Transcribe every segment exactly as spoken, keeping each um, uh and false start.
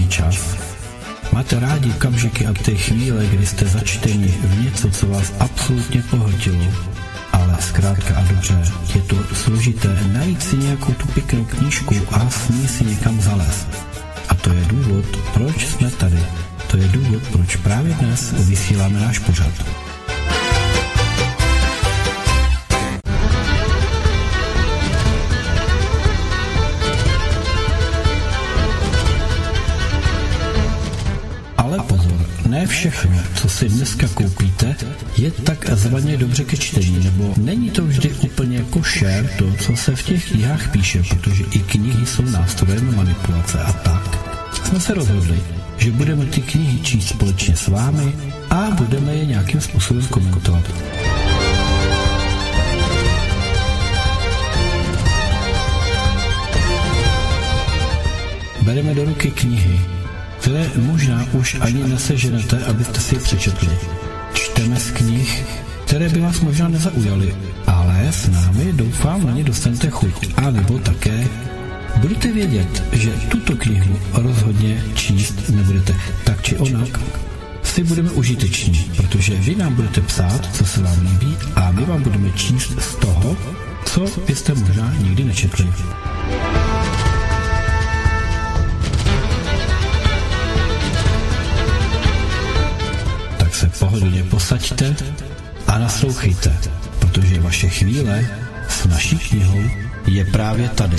čas? Máte rádi okamžiky a ty chvíle, kdy jste začteni v něco, co vás absolutně pohltilo, ale zkrátka a dobře, je to složité najít si nějakou tu pěknou knížku a s ní si někam zalézt. A to je důvod, proč jsme tady. To je důvod, proč právě dnes vysíláme náš pořad. Ale pozor, ne všechno, co si dneska koupíte, je tak zvaně dobře ke čtení, nebo není to vždy úplně košer to, co se v těch knihách píše, protože i knihy jsou nástrojem manipulace a tak. Jsme se rozhodli, že budeme ty knihy číst společně s vámi a budeme je nějakým způsobem komentovat. Bereme do ruky knihy, které možná už ani neseženete, abyste si je přečetli. Čteme z knih, které by vás možná nezaujaly, ale s námi doufám na ně dostanete chuť. A nebo také budete vědět, že tuto knihu rozhodně číst nebudete. Tak či onak si budeme užiteční, protože vy nám budete psát, co se vám líbí, a my vám budeme číst z toho, co byste možná nikdy nečetli. Tak se pohodlně posaďte a naslouchejte, protože vaše chvíle s naší knihou je právě tady.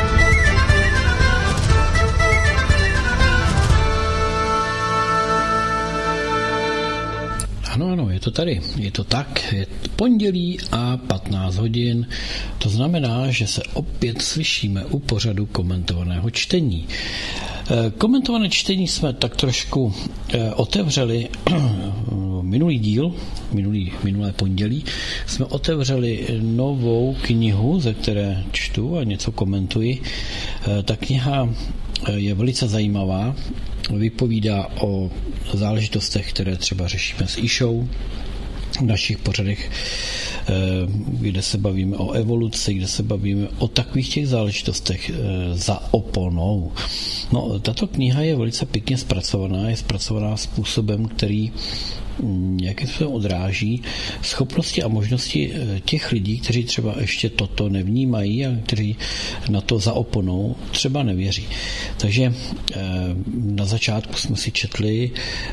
Ano, ano, je to tady, je to tak, je pondělí a patnáct hodin, to znamená, že se opět slyšíme u pořadu komentovaného čtení. Komentované čtení jsme tak trošku otevřeli, minulý díl, minulý, minulé pondělí, jsme otevřeli novou knihu, ze které čtu a něco komentuji. Ta kniha je velice zajímavá, vypovídá o záležitostech, které třeba řešíme s Išou v našich pořadech, kde se bavíme o evoluci, kde se bavíme o takových těch záležitostech za oponou. No, tato kniha je velice pěkně zpracovaná, je zpracovaná způsobem, který nějakým způsobem odráží schopnosti a možnosti těch lidí, kteří třeba ještě toto nevnímají a kteří na to za oponou třeba nevěří. Takže na začátku jsme si četli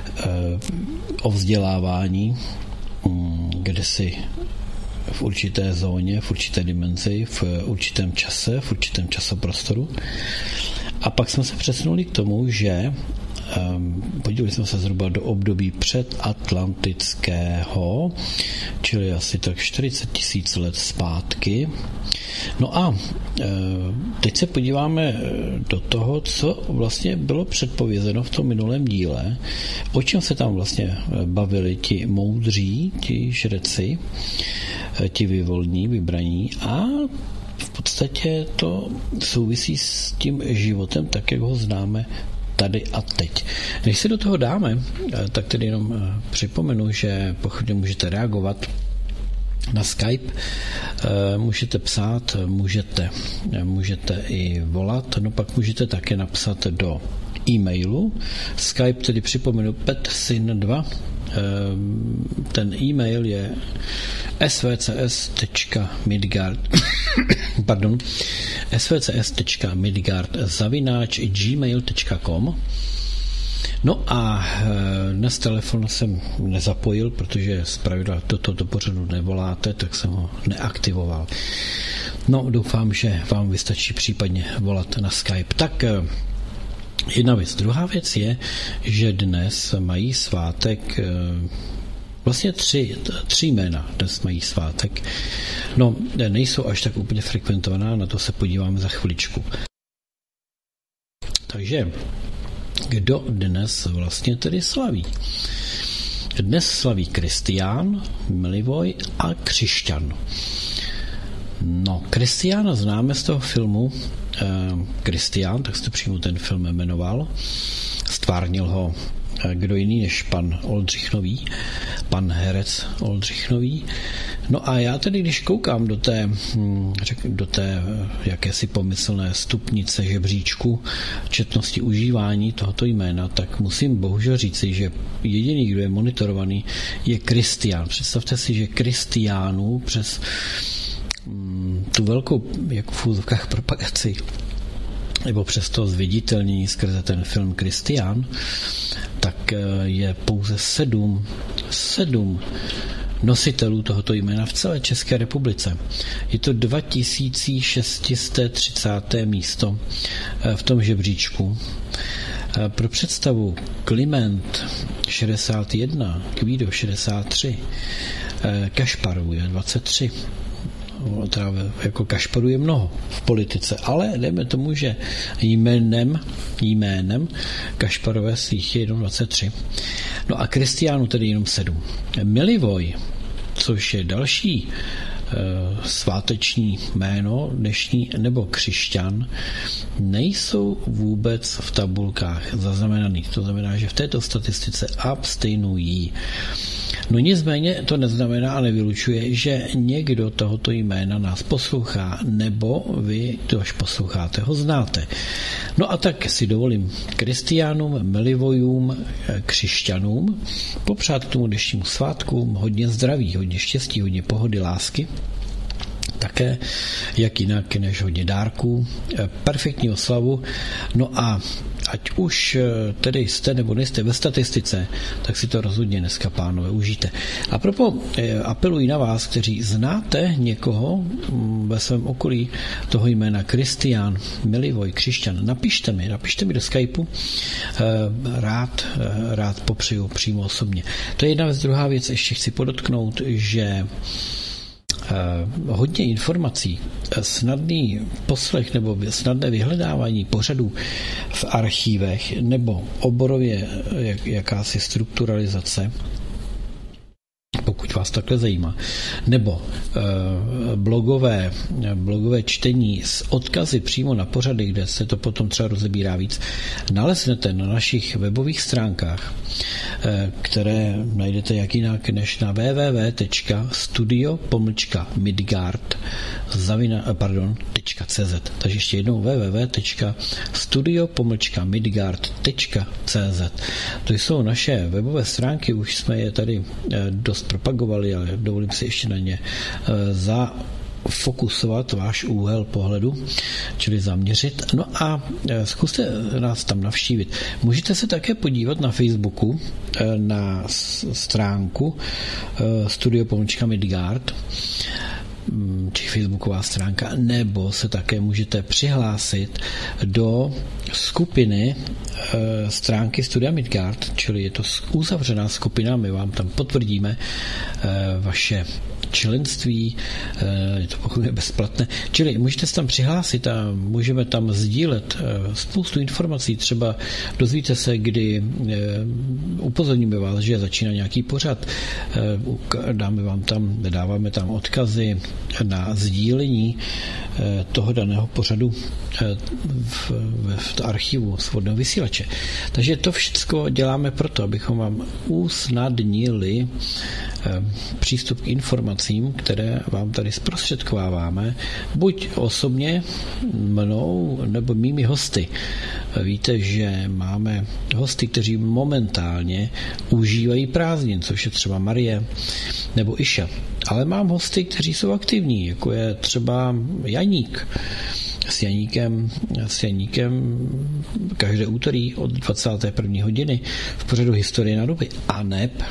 o vzdělávání, kde si v určité zóně, v určité dimenzi, v určitém čase, v určitém časoprostoru. A pak jsme se přesunuli k tomu, že um, podívali jsme se zhruba do období předatlantického, čili asi tak čtyřicet tisíc let zpátky. No a uh, teď se podíváme do toho, co vlastně bylo předpovězeno v tom minulém díle, o čem se tam vlastně bavili ti moudří, ti žreci, ti vyvolní, vybraní, a v podstatě to souvisí s tím životem, tak jak ho známe tady a teď. Než se do toho dáme, tak tedy jenom připomenu, že pochopně můžete reagovat na Skype, můžete psát, můžete, můžete i volat, no pak můžete také napsat do e-mailu. Skype tedy připomenu petsyn dva, ten e-mail je svcs tečka midgard pardon svcs tečka midgard zavináč gmail tečka com. No a dnes telefon jsem nezapojil, protože zpravidla toto do pořadu nevoláte, tak jsem ho neaktivoval. No, doufám, že vám vystačí případně volat na Skype. Tak jedna věc. Druhá věc je, že dnes mají svátek vlastně tři, tři jména dnes mají svátek. No, nejsou až tak úplně frekventovaná, na to se podíváme za chviličku. Takže kdo dnes vlastně tedy slaví? Dnes slaví Kristián, Milivoj a Křišťan. No, Kristiána známe z toho filmu Kristián, eh, tak se to přímo ten film jmenoval. Stvárnil ho kdo jiný než pan Oldřich Nový, pan herec Oldřich Nový. No a já tedy, když koukám do té, do té jakési pomyslné stupnice žebříčku četnosti užívání tohoto jména, tak musím bohužel říci, že jediný, kdo je monitorovaný, je Kristián. Představte si, že Kristiánů přes tu velkou, jako v úzovkách, propagaci nebo přes to zviditelnění skrze ten film Kristián, tak je pouze sedm, sedm nositelů tohoto jména v celé České republice. Je to dva tisíce šest set třicáté místo v tom žebříčku. Pro představu Kliment šedesát jedna, Kvído šedesát tři, Kašparů je dvacet tři. Teda jako Kašparů je mnoho v politice, ale dejme tomu, že jménem, jménem Kašparové svých je jenom dvacet tři. No a Kristiánů tedy jenom sedm. Milivoj, což je další e, sváteční jméno dnešní, nebo křišťan, nejsou vůbec v tabulkách zaznamenaných. To znamená, že v této statistice abstainují. No nicméně to neznamená a nevylučuje, že někdo tohoto jména nás poslouchá, nebo vy, kdož posloucháte, ho znáte. No a tak si dovolím Kristiánům, Milivojům, křišťanům popřát k tomu dnešnímu svátku hodně zdraví, hodně štěstí, hodně pohody, lásky. Také, jak jinak, než hodně dárků, perfektní oslavu. No a ať už tedy jste nebo nejste ve statistice, tak si to rozhodně dneska, pánové, užijte. A proto apeluji na vás, kteří znáte někoho ve svém okolí toho jména Kristián, Milivoj, křišťan, napište mi, napište mi do Skypeu, rád, rád popřeju přímo osobně. To je jedna věc. Druhá věc, ještě chci podotknout, že hodně informací, snadný poslech nebo snadné vyhledávání pořadů v archívech nebo oborově jak, jakási strukturalizace, pokud vás takhle zajímá, nebo e, blogové, blogové čtení s odkazy přímo na pořady, kde se to potom třeba rozebírá víc, naleznete na našich webových stránkách, e, které najdete jak jinak než na w w w tečka studio pomlčka midgard pardon, .cz. Takže ještě jednou w w w tečka studio pomlčka midgard tečka cz. To jsou naše webové stránky, už jsme je tady dost propagovali, ale dovolím si ještě na ně zafokusovat váš úhel pohledu, čili zaměřit. No a zkuste nás tam navštívit. Můžete se také podívat na Facebooku na stránku studio pomlčka midgard, či facebooková stránka, nebo se také můžete přihlásit do skupiny e, stránky Studia Midgard, čili je to uzavřená skupina, my vám tam potvrdíme e, vaše členství, je to pokud je bezplatné. Čili můžete se tam přihlásit a můžeme tam sdílet spoustu informací, třeba dozvíte se, kdy upozorníme vás, že začíná nějaký pořad, dáme vám tam, dáváme tam odkazy na sdílení toho daného pořadu v, v archivu svobodného vysílače. Takže to všechno děláme proto, abychom vám usnadnili přístup k informacím, které vám tady zprostředkováváme, buď osobně mnou, nebo mými hosty. Víte, že máme hosty, kteří momentálně užívají prázdnin, což je třeba Marie nebo Iša. Ale mám hosty, kteří jsou aktivní, jako je třeba Janík. S Janíkem, s Janíkem každé úterý od dvacáté první hodiny v pořadu Historie na doby. A neb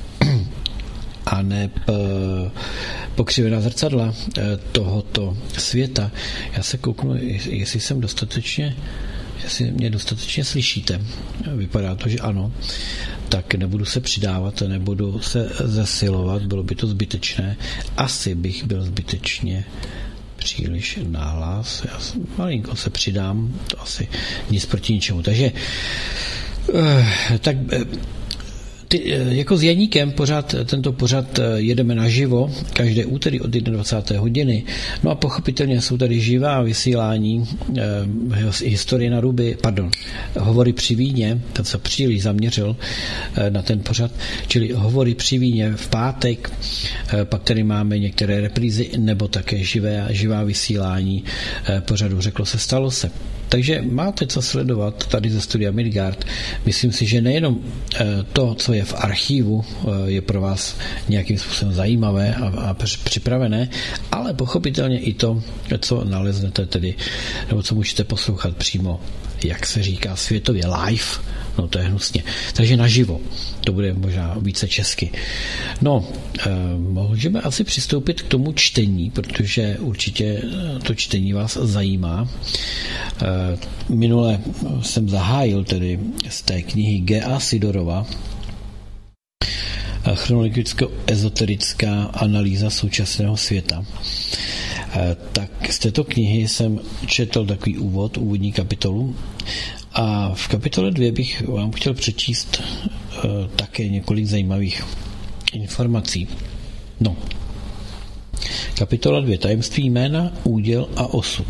a neb pokřivená zrcadla tohoto světa. Já se kouknu, jestli jsem dostatečně jestli mě dostatečně slyšíte. Vypadá to, že ano. Tak nebudu se přidávat, nebudu se zesilovat, bylo by to zbytečné. Asi bych byl zbytečně příliš nahlas. Já malinko se přidám, to asi nic proti ničemu. Takže tak ty, jako s Janíkem pořád, tento pořád jedeme naživo, každé úterý od dvacáté jedné hodiny. No a pochopitelně jsou tady živá vysílání eh, historie na ruby, pardon, hovory při víně, ten se příliš zaměřil eh, na ten pořad, čili hovory při víně v pátek, eh, pak tady máme některé reprízy nebo také živé, živá vysílání eh, pořadu Řeklo se, stalo se. Takže máte co sledovat tady ze studia Midgard. Myslím si, že nejenom to, co je v archivu, je pro vás nějakým způsobem zajímavé a, a připravené, ale pochopitelně i to, co naleznete tedy, nebo co můžete poslouchat přímo, jak se říká světově, live. No to je hnusně. Takže naživo. To bude možná více česky. No, e, můžeme asi přistoupit k tomu čtení, protože určitě to čtení vás zajímá. E, minule jsem zahájil tedy z té knihy G A Sidorova chronologicko-ezoterická analýza současného světa. E, tak z této knihy jsem četl takový úvod, úvodní kapitolu. A v kapitole dvě bych vám chtěl přečíst uh, také několik zajímavých informací. No. Kapitola dvě. Tajemství jména, úděl a osud.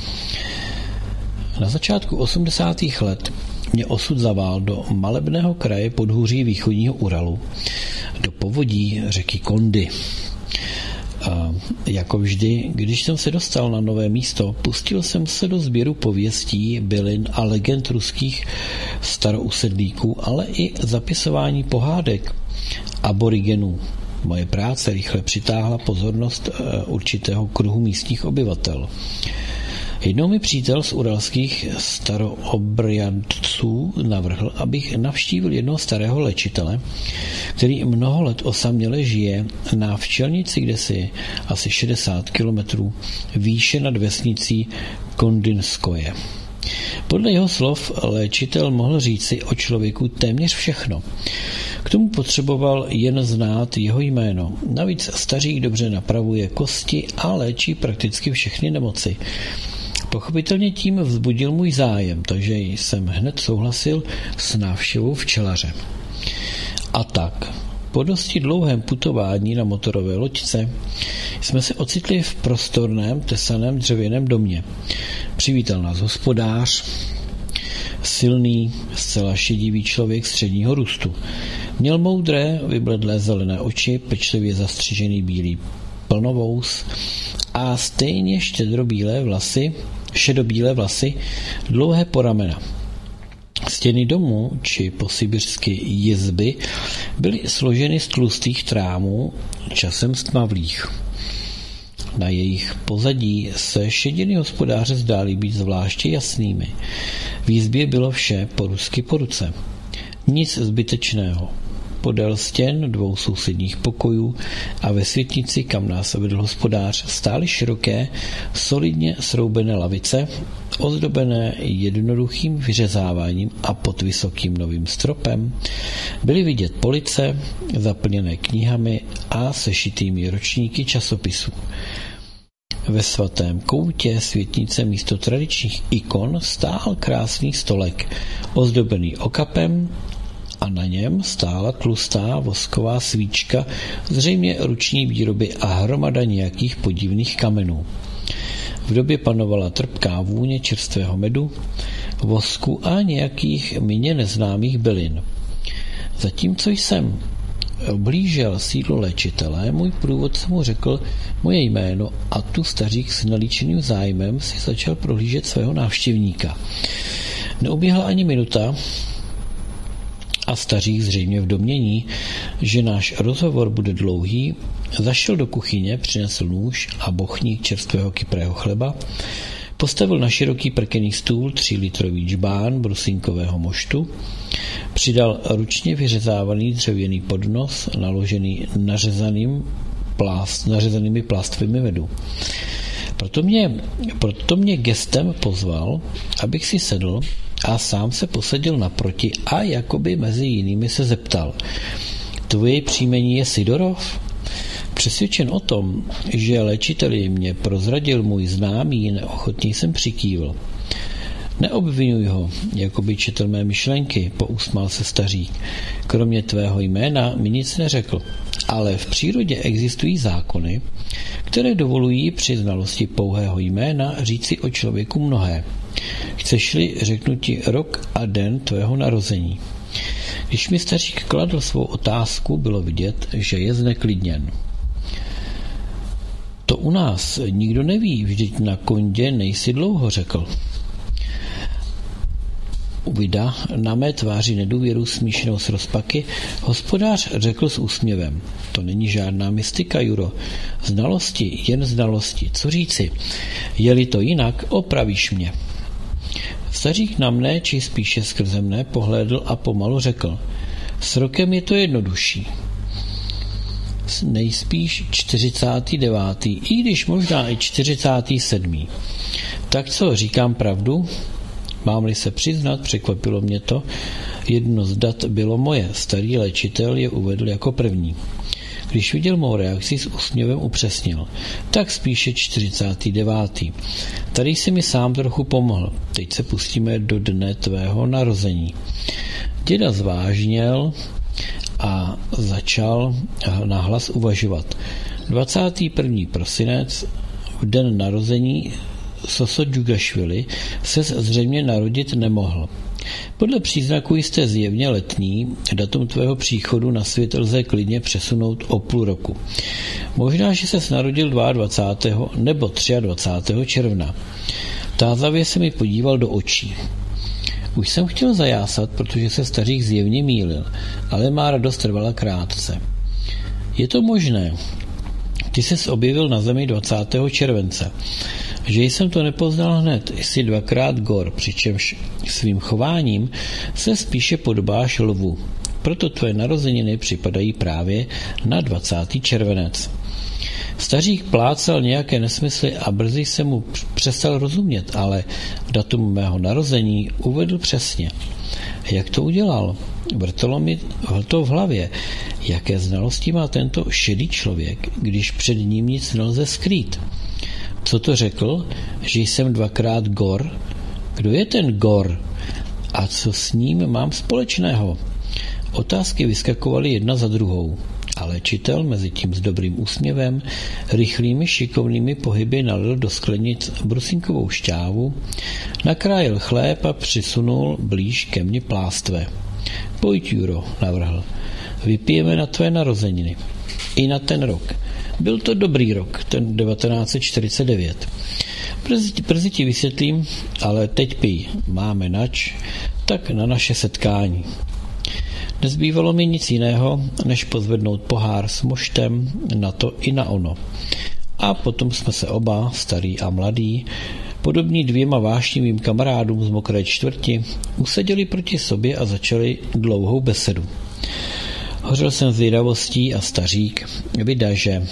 Na začátku osmdesátých let mě osud zavál do malebného kraje podhůří východního Uralu, do povodí řeky Kondy. A jako vždy, když jsem se dostal na nové místo, pustil jsem se do sběru pověstí, bylin a legend ruských starousedlíků, ale i zapisování pohádek aborigenů. Moje práce rychle přitáhla pozornost určitého kruhu místních obyvatel. Jednou mi přítel z uralských staroobrjadců navrhl, abych navštívil jednoho starého léčitele, který mnoho let osaměle žije na včelnici, kde si asi šedesát kilometrů výše nad vesnicí Kondinskoje. Podle jeho slov léčitel mohl říci o člověku téměř všechno. K tomu potřeboval jen znát jeho jméno. Navíc stařík dobře napravuje kosti a léčí prakticky všechny nemoci. Pochopitelně tím vzbudil můj zájem, takže jsem hned souhlasil s návštěvou včelaře. A tak, po dosti dlouhém putování na motorové loďce jsme se ocitli v prostorném, tesaném dřevěném domě. Přivítal nás hospodář, silný, zcela šedivý člověk středního růstu. Měl moudré, vybledlé zelené oči, pečlivě zastřižený bílý plnovous a stejně štědrobílé vlasy, šedobílé vlasy, dlouhé po ramena. Stěny domu, či posibiřsky jizby, byly složeny z tlustých trámů, časem stmavlých. Na jejich pozadí se šediny hospodáře zdály být zvláště jasnými. V jizbě bylo vše po rusky po ruce. Nic zbytečného. Podél stěn dvou sousedních pokojů a ve světnici, kam nás vedl hospodář, stály široké, solidně sroubené lavice, ozdobené jednoduchým vyřezáváním a pod vysokým novým stropem. Byly vidět police, zaplněné knihami a sešitými ročníky časopisů. Ve svatém koutě světnice místo tradičních ikon stál krásný stolek, ozdobený okapem, a na něm stála tlustá vosková svíčka, zřejmě ruční výroby a hromada nějakých podivných kamenů. V době panovala trpká vůně čerstvého medu, vosku a nějakých mně neznámých bylin. Zatímco jsem oblížel sídlo léčitele, můj průvodce mu řekl moje jméno a tu stařík s nalíčeným zájmem si začal prohlížet svého návštěvníka. Neuběhla ani minuta, a stařík zřejmě v domnění, že náš rozhovor bude dlouhý, zašel do kuchyně, přinesl nůž a bochník čerstvého kyprého chleba, postavil na široký prkený stůl třílitrový džbán brusinkového moštu, přidal ručně vyřezávaný dřevěný podnos, naložený nařezaným plást, nařezanými plástvemi medu. Proto mě, proto mě gestem pozval, abych si sedl, a sám se posadil naproti a jakoby mezi jinými se zeptal: tvoje příjmení je Sidorov? Přesvědčen o tom, že léčiteli mě prozradil můj známý, neochotně jsem přikývl. Neobvinuj ho, jako by četl mé myšlenky, pousmál se stařík. Kromě tvého jména mi nic neřekl, ale v přírodě existují zákony, které dovolují při znalosti pouhého jména říci o člověku mnohé. Chceš-li, řeknu ti rok a den tvého narození. Když mi stařík kladl svou otázku, bylo vidět, že je zneklidněn. To u nás nikdo neví, vždyť na kondě nejsi dlouho, řekl. Vida na mé tváři nedůvěru smíšenou s rozpaky, hospodář řekl s úsměvem. To není žádná mystika, Juro. Znalosti, jen znalosti. Co říci? Je-li to jinak, opravíš mě. Stařík na mne, či spíše skrze mne, pohlédl a pomalu řekl. S rokem je to jednodušší. Nejspíš čtyřicátý devátý, i když možná i čtyřicátý sedmý. Tak co, říkám pravdu? Mám-li se přiznat, překvapilo mě to, jedno z dat bylo moje, starý léčitel je uvedl jako první. Když viděl mou reakci, s úsměvem upřesnil. Tak spíše čtyřicátý devátý. Tady jsi mi sám trochu pomohl. Teď se pustíme do dne tvého narození. Děda zvážněl a začal nahlas uvažovat. dvacátý první prosinec, v den narození Soso Džugašvili se zřejmě narodit nemohl. Podle příznaků jste zjevně letní, datum tvého příchodu na svět lze klidně přesunout o půl roku. Možná, že ses narodil dvacátého druhého nebo dvacátého třetího června. Tázavě se mi podíval do očí. Už jsem chtěl zajásat, protože se stařík zjevně mýlil, ale má radost trvala krátce. Je to možné. Ty ses objevil na zemi dvacátého července. Že jsem to nepoznal hned, jsi dvakrát gor, přičemž svým chováním se spíše podobáš lvu. Proto tvoje narozeniny připadají právě na dvacátý červenec. Stařík plácal nějaké nesmysly a brzy se mu přestal rozumět, ale datum mého narození uvedl přesně. Jak to udělal? Vrtalo mi to v hlavě. Jaké znalosti má tento šedý člověk, když před ním nic nelze skrýt? Co to řekl? Že jsem dvakrát gor? Kdo je ten gor? A co s ním mám společného? Otázky vyskakovaly jedna za druhou. A léčitel mezi tím s dobrým úsměvem, rychlými šikovnými pohyby nalil do sklenic brusinkovou šťávu, nakrájel chléb a přisunul blíž ke mně plástve. Pojď, Juro, navrhl. Vypijeme na tvé narozeniny. I na ten rok. Byl to dobrý rok, ten devatenáct set čtyřicet devět. Brzy, brzy ti vysvětlím, ale teď pij. Máme nač, tak na naše setkání. Nezbývalo mi nic jiného, než pozvednout pohár s moštem na to i na ono. A potom jsme se oba, starý a mladý, podobní dvěma vášnivým kamarádům z mokré čtvrti, useděli proti sobě a začali dlouhou besedu. Hořel jsem zvědavostí a stařík, vida, že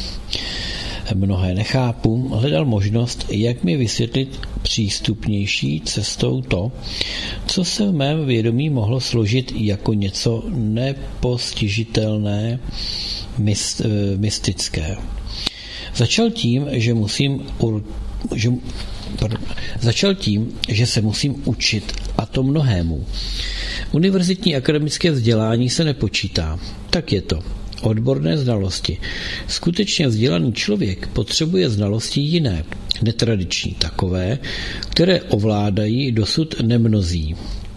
mnohé nechápu, hledal možnost, jak mi vysvětlit přístupnější cestou to, co se v mém vědomí mohlo složit jako něco nepostižitelné, myst, mystické. Začal tím, že musím ur, že, pardon, začal tím, že se musím učit, a to mnohému. Univerzitní akademické vzdělání se nepočítá. Tak je to. Odborné znalosti. Skutečně vzdělaný člověk potřebuje znalosti jiné, netradiční, takové, které ovládají dosud nemnozí.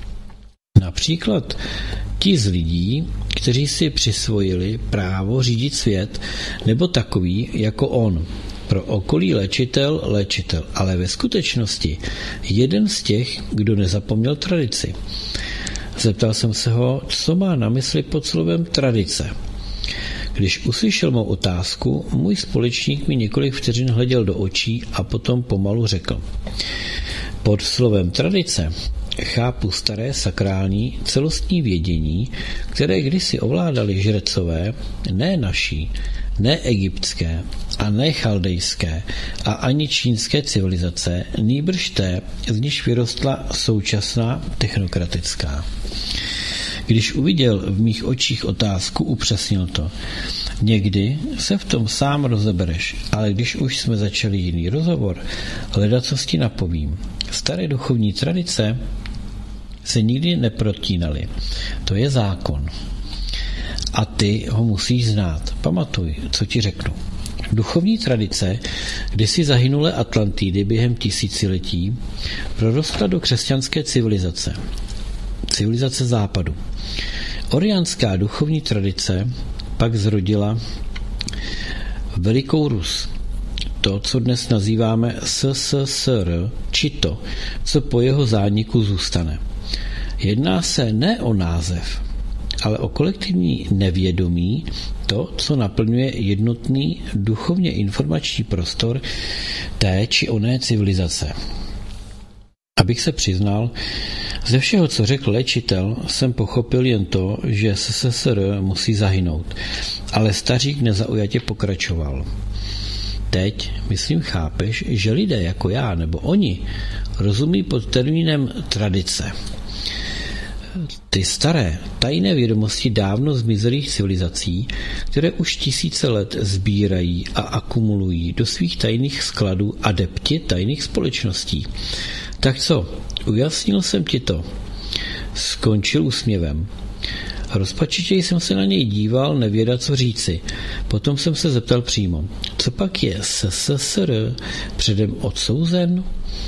Například ti z lidí, kteří si přisvojili právo řídit svět, nebo takový jako on. Pro okolí léčitel, léčitel, ale ve skutečnosti jeden z těch, kdo nezapomněl tradici. Zeptal jsem se ho, co má na mysli pod slovem tradice. Když uslyšel mou otázku, můj společník mi několik vteřin hleděl do očí a potom pomalu řekl. Pod slovem tradice chápu staré sakrální celostní vědění, které kdysi ovládali žrecové, ne naší, ne egyptské a ne chaldejské a ani čínské civilizace, nýbrž té, z níž vyrostla současná technokratická. Když uviděl v mých očích otázku, upřesnil to. Někdy se v tom sám rozebereš, ale když už jsme začali jiný rozhovor, ledacos ti napovím. Staré duchovní tradice se nikdy neprotínaly. To je zákon. A ty ho musíš znát. Pamatuj, co ti řeknu. Duchovní tradice, kdysi zahynulé Atlantidy během tisíciletí, prorostla do křesťanské civilizace. Civilizace západu. Oriánská duchovní tradice pak zrodila Velikou Rus. To, co dnes nazýváme S S S R, či to, co po jeho zániku zůstane. Jedná se ne o název, ale o kolektivní nevědomí, to, co naplňuje jednotný duchovně informační prostor té či oné civilizace. Abych se přiznal, ze všeho, co řekl léčitel, jsem pochopil jen to, že S S S R musí zahynout, ale stařík nezaujatě pokračoval. Teď, myslím, chápeš, že lidé jako já nebo oni rozumí pod termínem tradice. Ty staré, tajné vědomosti dávno zmizelých civilizací, které už tisíce let sbírají a akumulují do svých tajných skladů adepti tajných společností. Tak co, ujasnil jsem ti to. Skončil úsměvem. Rozpačitě jsem se na něj díval, nevěděl, co říci. Potom jsem se zeptal přímo, co pak je S S S R předem odsouzen?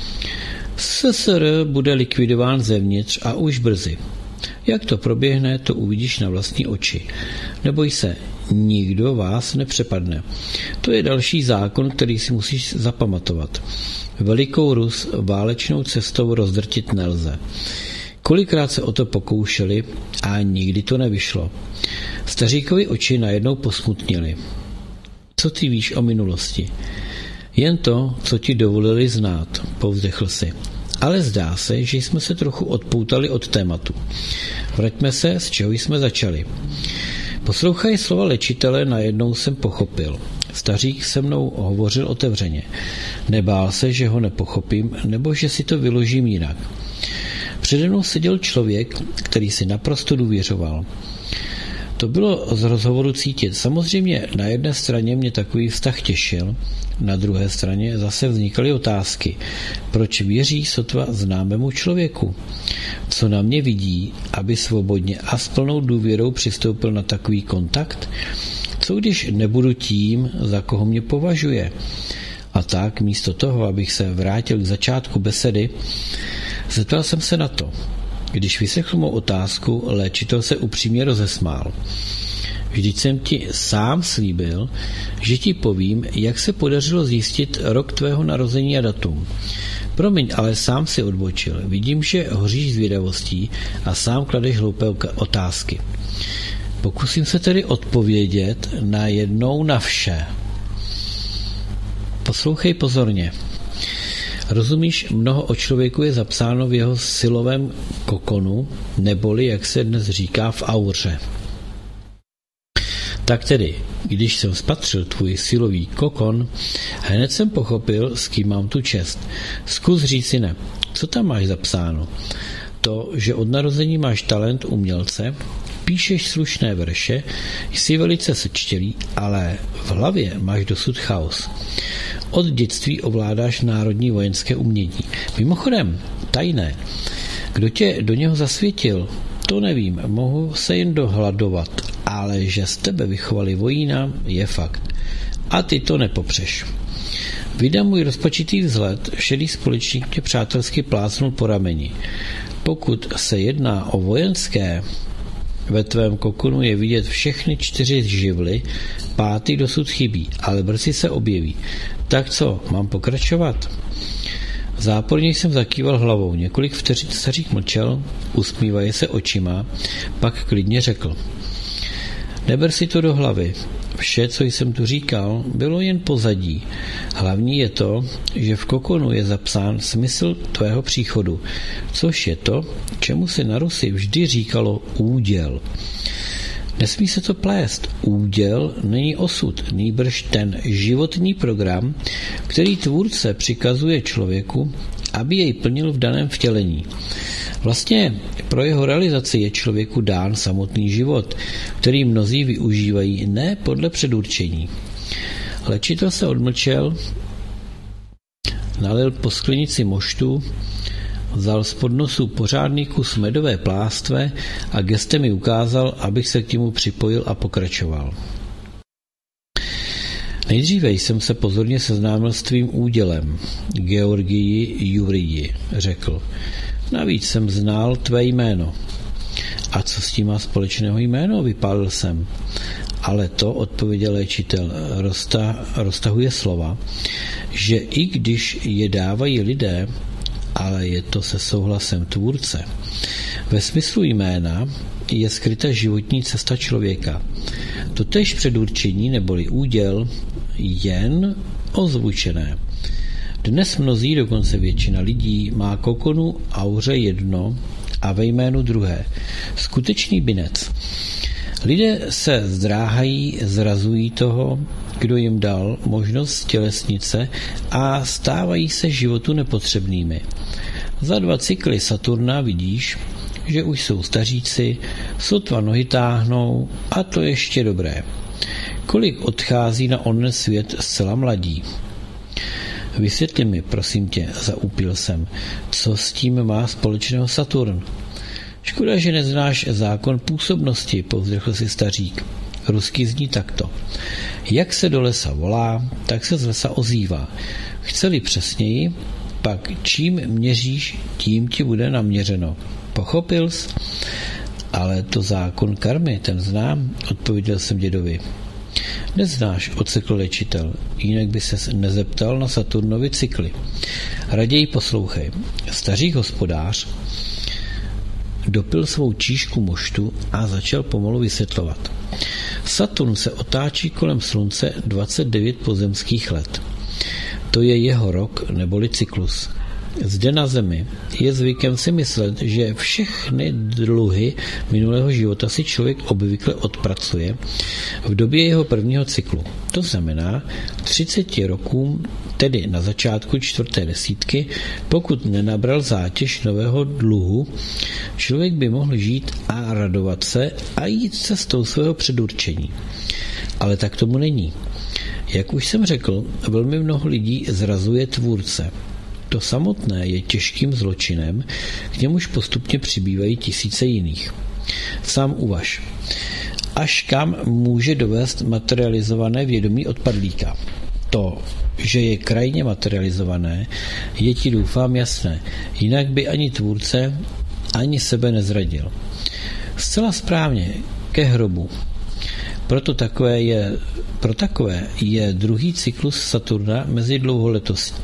S S S R bude likvidován zevnitř a už brzy. Jak to proběhne, to uvidíš na vlastní oči. Neboj se, nikdo vás nepřepadne. To je další zákon, který si musíš zapamatovat. Velikou Rus válečnou cestou rozdrtit nelze. Kolikrát se o to pokoušeli a nikdy to nevyšlo. Staříkovi oči najednou posmutnily. Co ty víš o minulosti? Jen to, co ti dovolili znát, povzdechl si. Ale zdá se, že jsme se trochu odpoutali od tématu. Vraťme se, z čeho jsme začali. Poslouchají slova léčitele, najednou jsem pochopil. Stařík se mnou hovořil otevřeně. Nebál se, že ho nepochopím, nebo že si to vyložím jinak. Přede mnou seděl člověk, který si naprosto důvěřoval. To bylo z rozhovoru cítit. Samozřejmě na jedné straně mě takový vztah těšil, na druhé straně zase vznikaly otázky. Proč věří sotva známému člověku? Co na mě vidí, aby svobodně a s plnou důvěrou přistoupil na takový kontakt? Co když nebudu tím, za koho mě považuje? A tak místo toho, abych se vrátil k začátku besedy, zeptal jsem se na to. Když vyslechl mou otázku, léčitel se upřímně rozesmál. Vždyť jsem ti sám slíbil, že ti povím, jak se podařilo zjistit rok tvého narození a datum. Promiň, ale sám si odbočil. Vidím, že hoříš zvědavostí a sám kladeš hloupé otázky. Pokusím se tedy odpovědět na jednou na vše. Poslouchej pozorně. Rozumíš, mnoho o člověku je zapsáno v jeho silovém kokonu, neboli, jak se dnes říká, v auře. Tak tedy, když jsem spatřil tvůj silový kokon, hned jsem pochopil, s kým mám tu čest. Zkus říci ne. Co tam máš zapsáno? To, že od narození máš talent umělce, píšeš slušné verše, jsi velice sečtělý, ale v hlavě máš dosud chaos. Od dětství ovládáš národní vojenské umění. Mimochodem, tajné. Kdo tě do něho zasvětil, to nevím, mohu se jen dohladovat, ale že z tebe vychovali vojína, je fakt. A ty to nepopřeš. Vydám můj rozpačitý vzhled, šedý společník mě přátelsky plácnul po rameni. Pokud se jedná o vojenské, ve tvém kokonu je vidět všechny čtyři živly, pátý dosud chybí, ale brzy se objeví. Tak co, mám pokračovat? Záporně jsem zakýval hlavou, několik vteřin stařík mlčel, usmívaje se očima, pak klidně řekl. Neber si to do hlavy. Vše, co jsem tu říkal, bylo jen pozadí. Hlavní je to, že v kokonu je zapsán smysl tvého příchodu, což je to, čemu se na Rusi vždy říkalo úděl. Nesmí se to plést. Úděl není osud, nýbrž ten životní program, který tvůrce přikazuje člověku, aby jej plnil v daném vtělení. Vlastně pro jeho realizaci je člověku dán samotný život, který mnozí využívají ne podle předurčení. Léčitel se odmlčel, nalil po sklenici moštu, vzal z podnosu pořádný kus medové plástve a gestem mi ukázal, abych se k němu připojil a pokračoval. Nejdříve jsem se pozorně seznámil s tvým údělem, Georgii Juriji, řekl. Navíc jsem znal tvé jméno. A co s tím má společného jméno, vypálil jsem. Ale to, odpověděl léčitel, rozta, roztahuje slova, že i když je dávají lidé, ale je to se souhlasem tvůrce. Ve smyslu jména je skryta životní cesta člověka. Totéž předurčení neboli úděl jen ozvučené. Dnes mnozí, dokonce většina lidí, má kokonu auře jedno a ve jménu druhé. Skutečný binec. Lidé se zdráhají, zrazují toho, kdo jim dal možnost tělesnice a stávají se životu nepotřebnými. Za dva cykly Saturna vidíš, že už jsou staříci, sotva nohy táhnou a to ještě dobré. Kolik odchází na onen svět zcela mladí? Vysvětli mi, prosím tě, zaúpil jsem, co s tím má společného Saturn. Škoda, že neznáš zákon působnosti, povzdechl si stařík. Ruský zní takto. Jak se do lesa volá, tak se z lesa ozývá. Chce-li přesněji, pak čím měříš, tím ti bude naměřeno. Pochopil jsi? Ale to zákon karmy, ten znám, odpověděl jsem dědovi. Neznáš, odsekl léčitel, jinak by ses nezeptal na Saturnovi cykly. Raději poslouchej. Stařík hospodář dopil svou číšku moštu a začal pomalu vysvětlovat. Saturn se otáčí kolem slunce dvacet devět pozemských let. To je jeho rok neboli cyklus. Zde na zemi je zvykem si myslet, že všechny dluhy minulého života si člověk obvykle odpracuje v době jeho prvního cyklu. To znamená třiceti rokům, tedy na začátku čtvrté desítky, pokud nenabral zátěž nového dluhu, člověk by mohl žít a radovat se a jít cestou svého předurčení. Ale tak tomu není. Jak už jsem řekl, velmi mnoho lidí zrazuje tvůrce. To samotné je těžkým zločinem, k němuž postupně přibývají tisíce jiných. Sám uvaž. Až kam může dovést materializované vědomí odpadlíka? To, že je krajně materializované, je ti doufám jasné, jinak by ani tvůrce, ani sebe nezradil. Zcela správně, ke hrobu. Proto takové je, pro takové je druhý cyklus Saturna mezi dlouholetostí.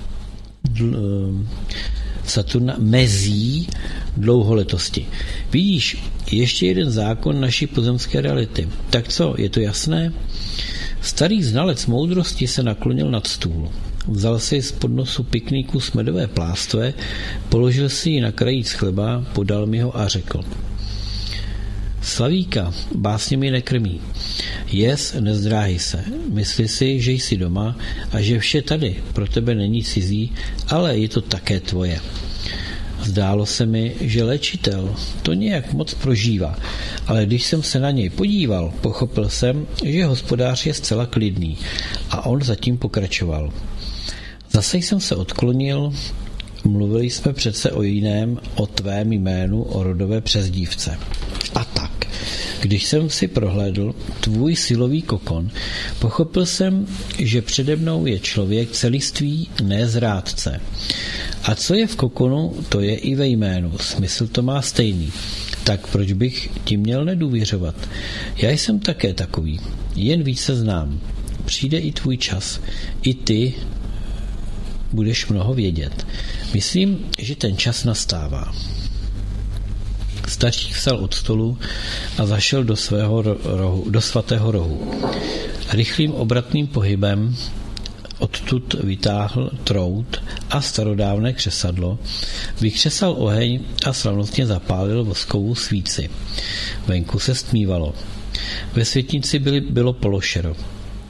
Saturna mezí dlouholetosti. Vidíš, ještě jeden zákon naší pozemské reality. Tak co, je to jasné? Starý znalec moudrosti se naklonil nad stůl. Vzal si z podnosu pěkný kus medové plástve, položil si ji na krajíc chleba, podal mi ho a řekl. Slavíka básně mi nekrmí. Jes, nezdráhej se. Mysli si, že jsi doma a že vše tady pro tebe není cizí, ale je to také tvoje. Zdálo se mi, že léčitel to nějak moc prožívá, ale když jsem se na něj podíval, pochopil jsem, že hospodář je zcela klidný a on zatím pokračoval. Zase jsem se odklonil, mluvili jsme přece o jiném, o tvém jménu, o rodové přezdívce. A tak, když jsem si prohlédl tvůj silový kokon, pochopil jsem, že přede mnou je člověk celistvý, ne zrádce. A co je v kokonu, to je i ve jménu. Smysl to má stejný. Tak proč bych ti měl nedůvěřovat? Já jsem také takový. Jen více znám. Přijde i tvůj čas. I ty budeš mnoho vědět. Myslím, že ten čas nastává. Stařík vstal od stolu a zašel do svého rohu, do svatého rohu. Rychlým obratným pohybem odtud vytáhl trout a starodávné křesadlo, vykřesal oheň a slavnostně zapálil voskovou svíci. Venku se stmívalo. Ve světnici byly, bylo pološero.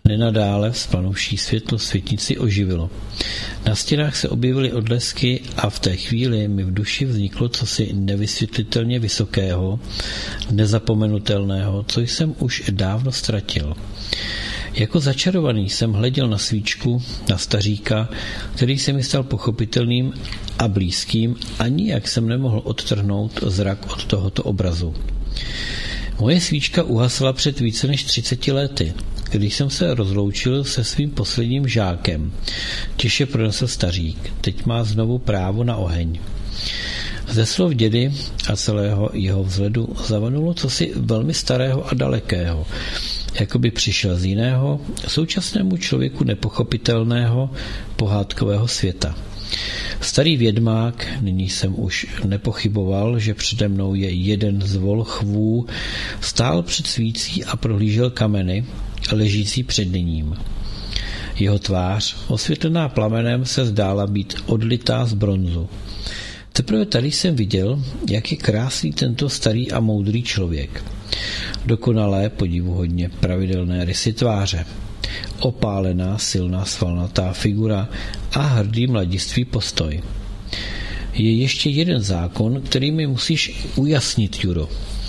nenadále vzplanuvší světlo světnici oživilo. Na stěnách se objevily odlesky a v té chvíli mi v duši vzniklo cosi nevysvětlitelně vysokého, nezapomenutelného, co jsem už dávno ztratil. Jako začarovaný jsem hleděl na svíčku, na staříka, který se mi stal pochopitelným a blízkým, a nijak jsem nemohl odtrhnout zrak od tohoto obrazu. Moje svíčka uhasla před více než třiceti lety, když jsem se rozloučil se svým posledním žákem. Tiše pronesl stařík. Teď má znovu právo na oheň. Ze slov dědy a celého jeho vzhledu zavanulo cosi velmi starého a dalekého, jako by přišel z jiného, současnému člověku nepochopitelného, pohádkového světa. Starý vědmák, nyní jsem už nepochyboval, že přede mnou je jeden z volchvů, stál před svící a prohlížel kameny, ležící před ním. Jeho tvář, osvětlená plamenem, se zdála být odlitá z bronzu. Teprve tady jsem viděl, jak je krásný tento starý a moudrý člověk. Dokonalé, podivuhodně pravidelné rysy tváře, opálená, silná, svalnatá figura a hrdý mladistvý postoj. Je ještě jeden zákon, který mi musíš ujasnit, Juro.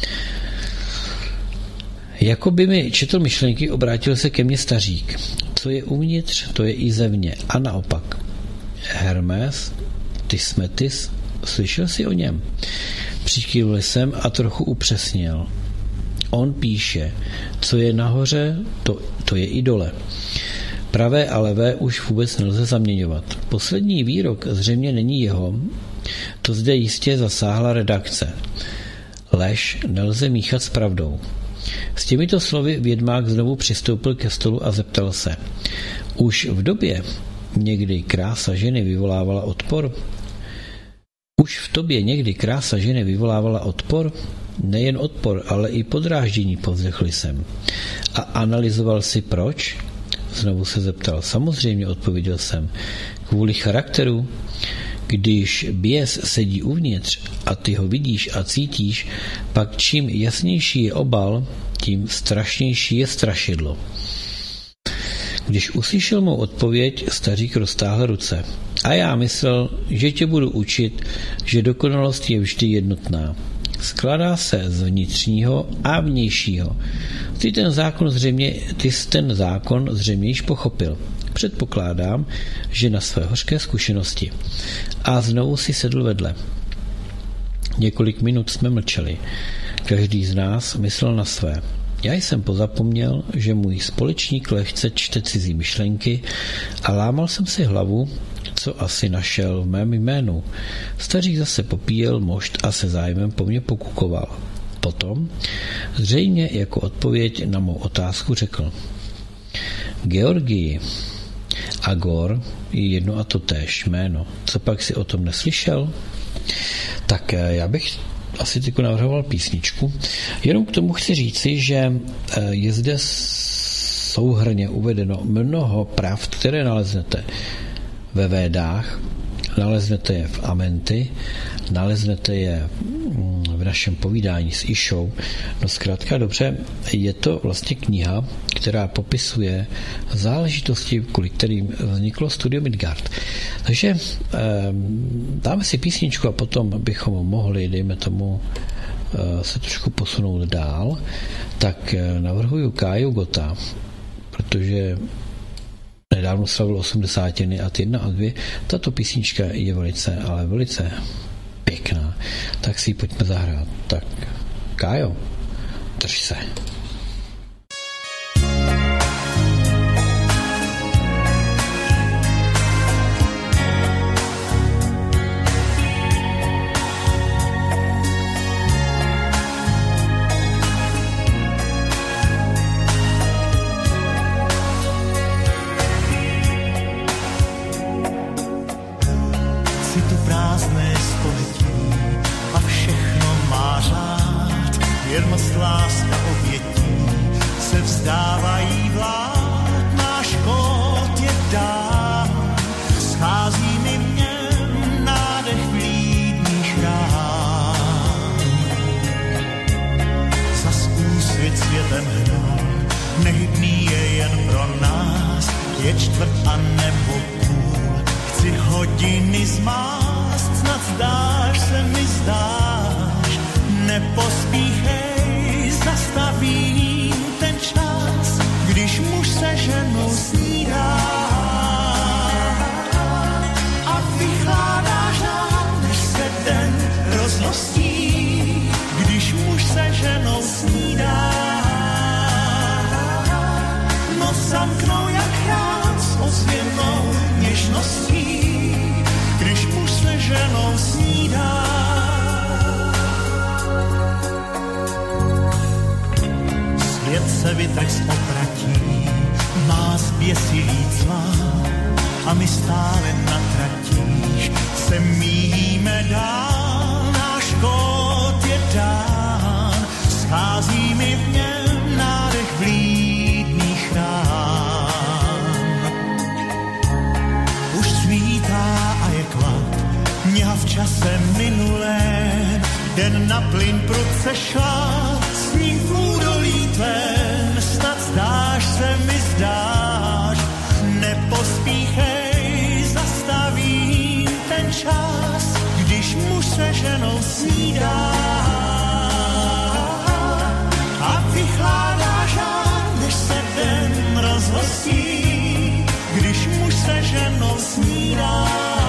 Jako by mi četl myšlenky, obrátil se ke mně stařík. Co je uvnitř, to je i zevně. A naopak. Hermes, Tismetis, slyšel jsi o něm? Přikývl jsem a trochu upřesnil. On píše, co je nahoře, to, to je i dole. Pravé a levé už vůbec nelze zaměňovat. Poslední výrok zřejmě není jeho, to zde jistě zasáhla redakce. Lež nelze míchat s pravdou. S těmito slovy vědmák znovu přistoupil ke stolu a zeptal se. Už v době, někdy krása ženy vyvolávala odpor? Už v tobě někdy krása ženy vyvolávala odpor? Nejen odpor, ale i podráždění, povzdechl jsem. A analyzoval si proč? Znovu se zeptal. Samozřejmě, odpověděl jsem. Kvůli charakteru? Když běs sedí uvnitř a ty ho vidíš a cítíš, pak čím jasnější je obal, tím strašnější je strašidlo. Když uslyšel mou odpověď, stařík roztáhl ruce. A já myslel, že tě budu učit, že dokonalost je vždy jednotná. Skládá se z vnitřního a vnějšího. Ty ten zákon zřejmě, ty ten zákon zřejmě již pochopil. Předpokládám, že na své hořké zkušenosti. A znovu si sedl vedle. Několik minut jsme mlčeli. Každý z nás myslel na své. Já jsem pozapomněl, že můj společník lehce čte cizí myšlenky a lámal jsem si hlavu, co asi našel v mém jménu. Stařík zase popíjel mošt a se zájmem po mně pokukoval. Potom, zřejmě jako odpověď na mou otázku, řekl: Georgii, Agor je jedno a to též jméno. Co pak si o tom neslyšel? Tak já bych asi teď navrhoval písničku. Jenom k tomu chci říci, že je zde souhrnně uvedeno mnoho pravd, které naleznete ve Védách, naleznete je v Amenty, naleznete je v našem povídání s Išou. No zkrátka dobře, je to vlastně kniha, která popisuje záležitosti, kvůli kterým vzniklo Studio Midgard. Takže eh, dáme si písničku a potom bychom mohli, dejme tomu, eh, se trošku posunout dál. Tak eh, navrhuju Káju Gota, protože nedávno slavil osmdesátiny a ty jedna a dvě. Tato písnička je velice, ale velice pěkná. Tak si ji pojďme zahrát. Tak, Kájo, drž se. Nehybný je jen pro nás. je čtvrt a nebo půl. Chci hodiny zmást, snad zdáš se mi zdáš. Nepospíchej, zastavím ten čas, když muž se ženou snídá. A vychládáš nám, než se den rozhostí, když muž se ženou snídá. Noc zamknou jak chrám s ozvěnou něžností, když muž se ženou snídá. Svět se vytrh z opratí, má zběsilý clá a my stále na tratích se míjíme dál, náš kód je dán, schází mi v něm nádech vlídných rán. Už svítá a je klad, mňa v čase minulém, den na plyn prudce šla, s ním v údolí tvém, snad zdáš se mi zdáš, nepospíchej, zastavím ten čas, když muž se ženou snídá. A vychládá žár, než se den rozhostí, když muž se ženou snídá.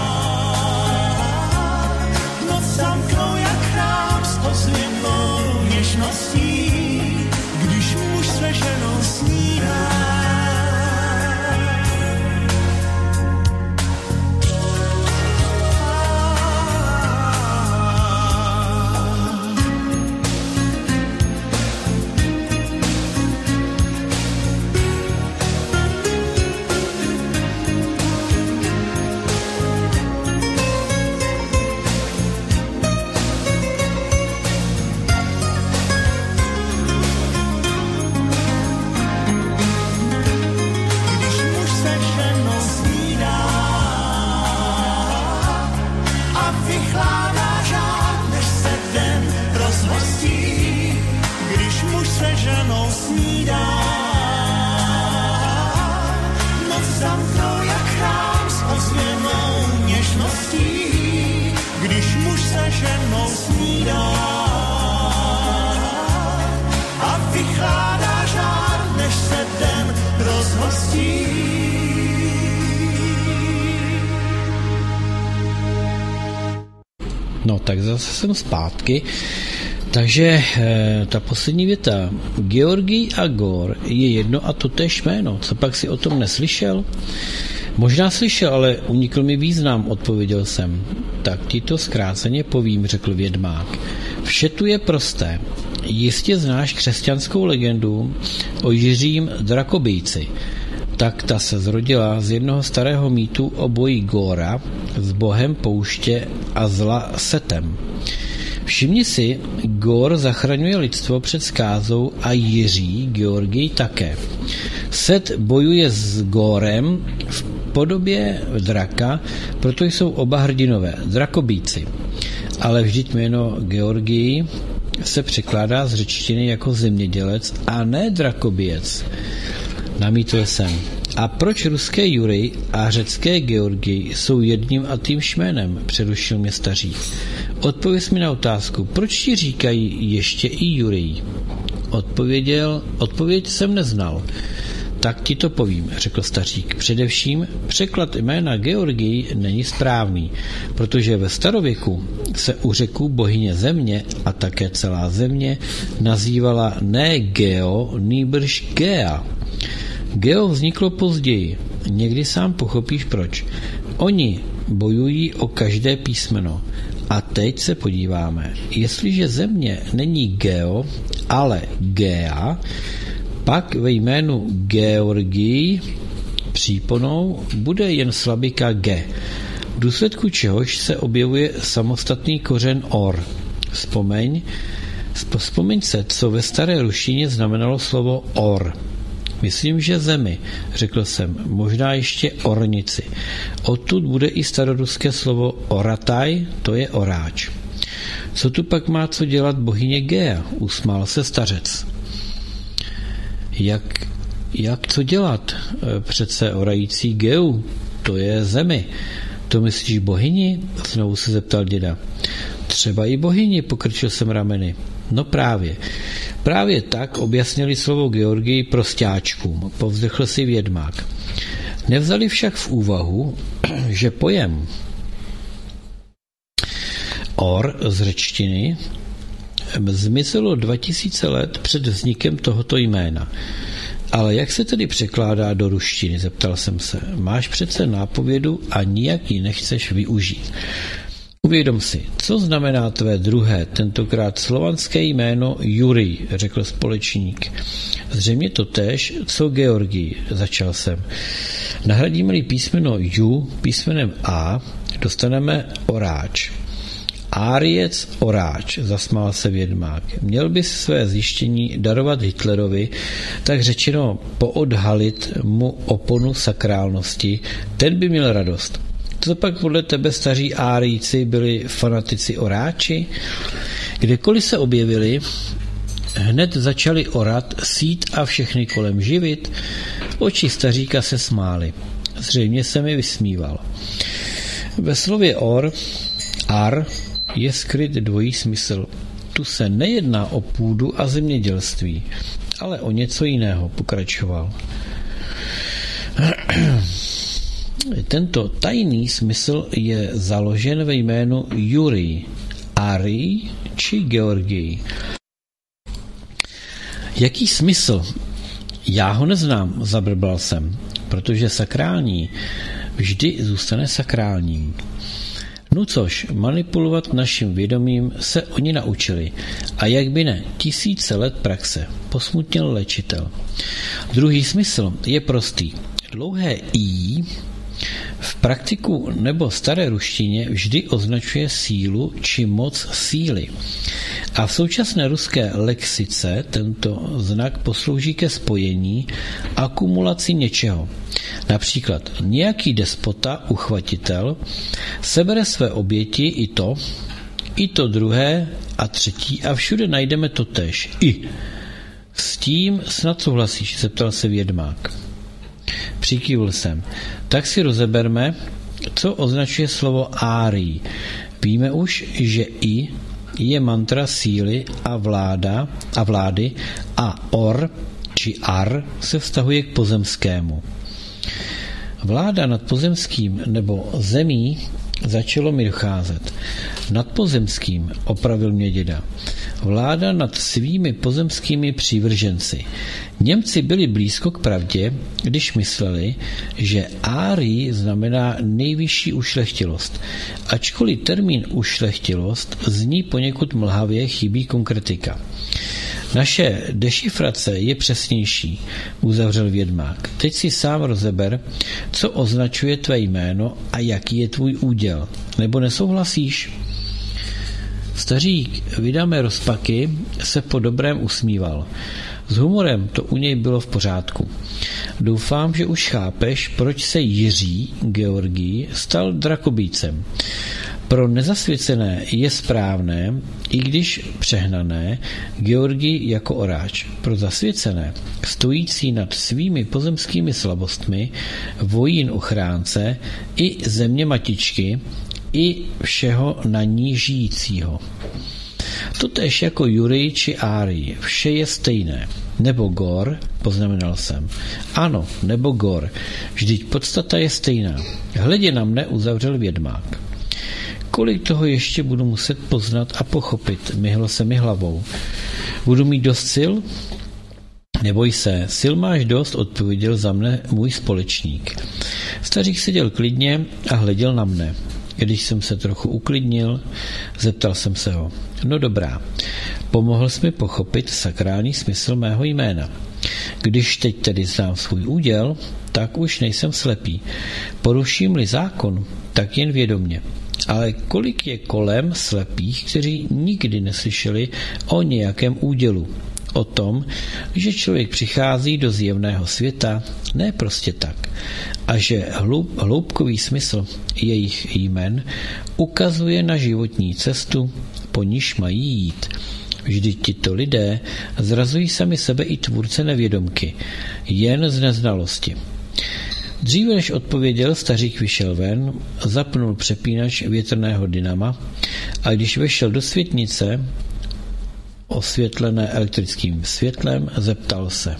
Noc zamknou jak chrám s ozvěnou něžností, když muž se ženou snídá. No, tak zase jsem zpátky. Takže e, ta poslední věta. Georgij a Gor je jedno a totéž jméno. Co pak si o tom neslyšel? Možná slyšel, ale unikl mi význam, odpověděl jsem. Tak ti to zkráceně povím, řekl vědmák. Vše tu je prosté. Jistě znáš křesťanskou legendu o Jiřím Drakobijci. Tak ta se zrodila z jednoho starého mýtu o boji Góra s bohem pouště a zla Setem. Všimni si, Gór zachraňuje lidstvo před zkázou a Jiří, Georgij, také. Set bojuje s Górem v podobě draka, proto jsou oba hrdinové, drakobíci. Ale vždyť jméno Georgij se překládá z řečtiny jako zemědělec a ne drakobijec. Namítl jsem. A proč ruské Jurij a řecké Georgij jsou jedním a tím jménem? Přerušil mě stařík. Odpověz mi na otázku, proč ti říkají ještě i Jurij? Odpověděl, odpověď jsem neznal. Tak ti to povím, řekl stařík. Především překlad jména Georgij není správný, protože ve starověku se u Řeků bohyně země a také celá země nazývala ne Geo, nýbrž Gea. Geo vzniklo později, někdy sám pochopíš proč. Oni bojují o každé písmeno. A teď se podíváme. Jestliže země není Geo, ale Gea, pak ve jménu Georgij příponou bude jen slabika G, v důsledku čehož se objevuje samostatný kořen Or. Vzpomeň, vzpomeň se, co ve staré ruštině znamenalo slovo Or. Myslím, že zemi, řekl jsem, možná ještě ornici. Odtud bude i staroruské slovo orataj, to je oráč. Co tu pak má co dělat bohyně Gea? Usmál se stařec. Jak, Jak co dělat? Přece orající Geu, to je zemi. To myslíš bohyni? Znovu se zeptal děda. Třeba i bohyni, pokrčil jsem rameny. No právě. Právě tak objasnili slovo Georgii prostáčkům, povzdechl si vědmák. Nevzali však v úvahu, že pojem or z řečtiny zmizelo dva tisíce let před vznikem tohoto jména. Ale jak se tedy překládá do ruštiny, zeptal jsem se. Máš přece nápovědu a nijak ji nechceš využít. Uvědom si, co znamená tvé druhé, tentokrát slovanské jméno Jurij, řekl společník. Zřejmě to též, co Georgii, začal jsem. Nahradíme-li písmeno Ju písmenem A, dostaneme oráč. Áriec oráč, zasmál se vědmák. Měl by své zjištění darovat Hitlerovi, tak řečeno poodhalit mu oponu sakrálnosti, ten by měl radost. Co pak podle tebe staří Árijci byli fanatici oráči? Kdekoliv se objevili, hned začali orat, sít a všechny kolem živit. Oči staříka se smály. Zřejmě se mi vysmíval. Ve slově or, ar, je skryt dvojí smysl. Tu se nejedná o půdu a zemědělství, ale o něco jiného, pokračoval. Tento tajný smysl je založen ve jménu Jurij, Arij či Georgij. Jaký smysl? Já ho neznám, zabrbal jsem, protože sakrální vždy zůstane sakrálním. No což, manipulovat naším vědomím se oni naučili. A jak by ne, tisíce let praxe, posmutněl léčitel. Druhý smysl je prostý. Dlouhé i v praktiku nebo staré ruštině vždy označuje sílu či moc síly. A v současné ruské lexice tento znak poslouží ke spojení, akumulaci něčeho. Například nějaký despota, uchvatitel, sebere své oběti i to, i to druhé a třetí a všude najdeme totéž. I. S tím snad souhlasíš, zeptal se vědmák. Přikývl jsem. Tak si rozeberme, co označuje slovo Árij. Víme už, že I je mantra síly a vláda a vlády a or či ar se vztahuje k pozemskému. Vláda nad pozemským nebo zemí začalo mi docházet. Nad pozemským, opravil mě děda. Vláda nad svými pozemskými přívrženci. Němci byli blízko k pravdě, když mysleli, že Árij znamená nejvyšší ušlechtilost. Ačkoliv termín ušlechtilost zní poněkud mlhavě, chybí konkretika. Naše dešifrace je přesnější, uzavřel vědmák. Teď si sám rozeber, co označuje tvé jméno a jaký je tvůj úděl. Nebo nesouhlasíš? Stařík, vydáme rozpaky, se po dobrém usmíval. S humorem to u něj bylo v pořádku. Doufám, že už chápeš, proč se Jiří Georgij stal drakobíjcem. Pro nezasvěcené je správné, i když přehnané, Georgij jako oráč. Pro zasvěcené, stojící nad svými pozemskými slabostmi, vojín ochránce i země matičky, i všeho na ní žijícího. Totéž jako Jurij či Árij, vše je stejné. Nebo Gor, poznamenal jsem. Ano, nebo Gor, vždyť podstata je stejná. Hledě na mne, uzavřel vědmák. Kolik toho ještě budu muset poznat a pochopit, myhlo se mi hlavou. Budu mít dost sil? Neboj se, sil máš dost, odpověděl za mne můj společník. Stařík seděl klidně a hleděl na mne. Když jsem se trochu uklidnil, zeptal jsem se ho. No dobrá, pomohl jsi mi pochopit sakrální smysl mého jména. Když teď tedy znám svůj úděl, tak už nejsem slepý. Poruším-li zákon, tak jen vědomě. Ale kolik je kolem slepých, kteří nikdy neslyšeli o nějakém údělu? O tom, že člověk přichází do zjevného světa ne prostě tak a že hloub, hloubkový smysl jejich jmen ukazuje na životní cestu, po níž mají jít. Vždyť tito lidé zrazují sami sebe i tvůrce nevědomky, jen z neznalosti. Dříve než odpověděl, stařík vyšel ven, zapnul přepínač větrného dynama a když vešel do světnice, osvětlené elektrickým světlem, zeptal se: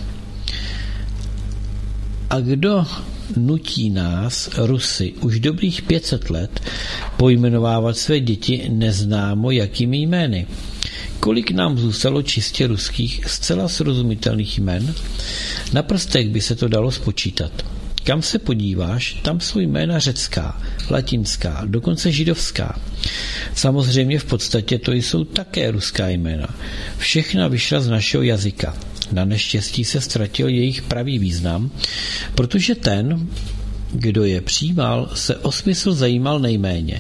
a kdo nutí nás, Rusy, už dobrých pět set let pojmenovávat své děti neznámo jakými jmény? Kolik nám zůstalo čistě ruských, zcela srozumitelných jmen? Na prstech by se to dalo spočítat. Kam se podíváš, tam jsou jména řecká, latinská, dokonce židovská. Samozřejmě v podstatě to jsou také ruská jména. Všechna vyšla z našeho jazyka. Na neštěstí se ztratil jejich pravý význam, protože ten, kdo je přijímal, se o smysl zajímal nejméně.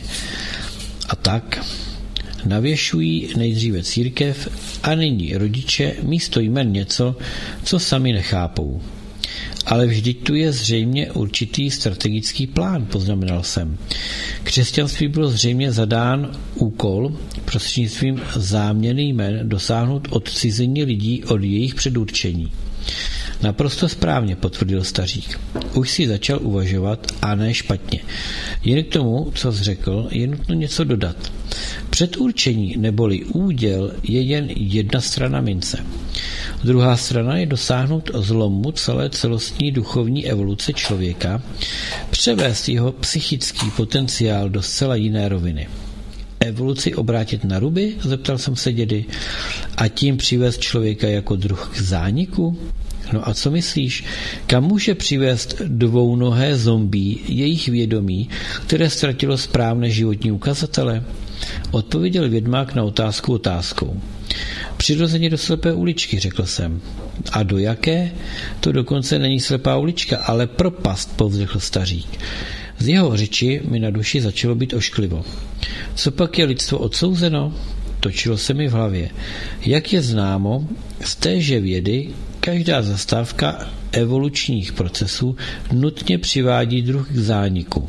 A tak navěšují nejdříve církev a nyní rodiče místo jmen něco, co sami nechápou. Ale vždyť tu je zřejmě určitý strategický plán, poznamenal jsem. Křesťanství bylo zřejmě zadán úkol prostřednictvím záměny jmen dosáhnout odcizení lidí od jejich předurčení. Naprosto správně, potvrdil stařík. Už si začal uvažovat a ne špatně. Jen k tomu, co jsi řekl, je nutno něco dodat. Předurčení neboli úděl je jen jedna strana mince. Druhá strana je dosáhnout zlomu celé celostní duchovní evoluce člověka, převést jeho psychický potenciál do zcela jiné roviny. Evoluci obrátit na ruby, zeptal jsem se dědy, a tím přivést člověka jako druh k zániku? No a co myslíš, kam může přivést dvounohé zombie jejich vědomí, které ztratilo správné životní ukazatele? Odpověděl vědmák na otázku otázkou. Přirozeně do slepé uličky, řekl jsem. A do jaké? To dokonce není slepá ulička, ale propast, povzdechl stařík. Z jeho řeči mi na duši začalo být ošklivo. Co pak je lidstvo odsouzeno? Točilo se mi v hlavě. Jak je známo, z téže vědy každá zastávka evolučních procesů nutně přivádí druh k zániku.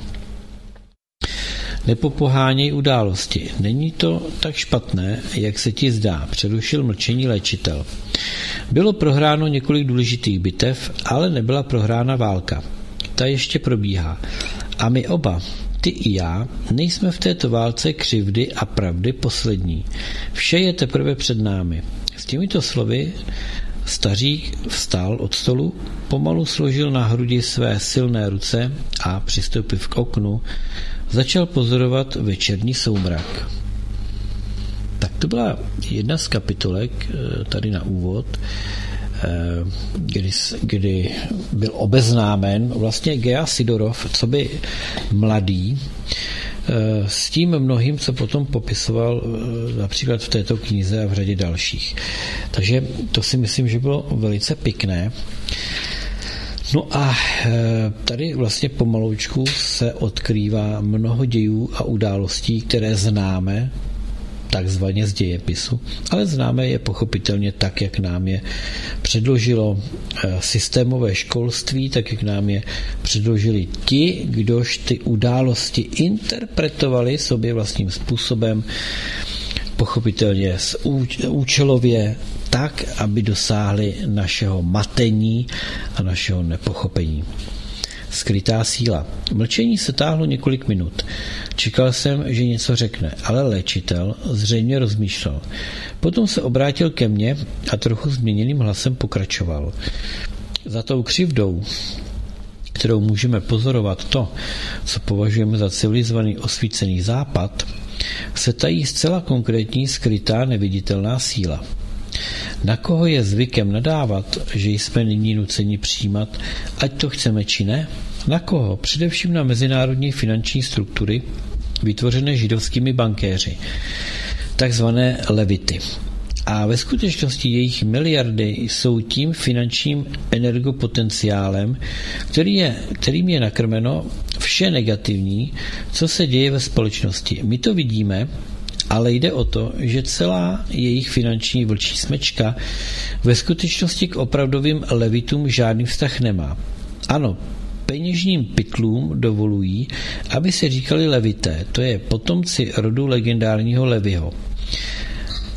Nepopoháněj události. Není to tak špatné, jak se ti zdá, přerušil mlčení léčitel. Bylo prohráno několik důležitých bitev, ale nebyla prohrána válka. Ta ještě probíhá. A my oba, ty i já, nejsme v této válce křivdy a pravdy poslední. Vše je teprve před námi. S těmito slovy stařík vstal od stolu, pomalu složil na hrudi své silné ruce a přistoupив k oknu, začal pozorovat večerní soumrak. Tak to byla jedna z kapitolek tady na úvod, kdy, kdy byl obeznámen vlastně Gea Sidorov, co by mladý, s tím mnohým, co potom popisoval například v této knize a v řadě dalších. Takže to si myslím, že bylo velice pěkné. No a tady vlastně pomaloučku se odkrývá mnoho dějů a událostí, které známe takzvaně z dějepisu, ale známe je pochopitelně tak, jak nám je předložilo systémové školství, tak, jak nám je předložili ti, kdož ty události interpretovali sobě vlastním způsobem, pochopitelně účelově, tak, aby dosáhli našeho matení a našeho nepochopení. Skrytá síla. Mlčení se táhlo několik minut. Čekal jsem, že něco řekne, ale léčitel zřejmě rozmýšlel. Potom se obrátil ke mně a trochu změněným hlasem pokračoval. Za tou křivdou, kterou můžeme pozorovat to, co považujeme za civilizovaný osvícený západ, se tají zcela konkrétní skrytá neviditelná síla. Na koho je zvykem nadávat, že jsme nyní nuceni přijímat, ať to chceme či ne? Na koho? Především na mezinárodní finanční struktury, vytvořené židovskými bankéři, takzvané levity. A ve skutečnosti jejich miliardy jsou tím finančním energopotenciálem, který je, kterým je nakrmeno vše negativní, co se děje ve společnosti. My to vidíme, ale jde o to, že celá jejich finanční vlčí smečka ve skutečnosti k opravdovým levitům žádný vztah nemá. Ano, peněžním pytlům dovolují, aby se říkali levité, to je potomci rodu legendárního Leviho.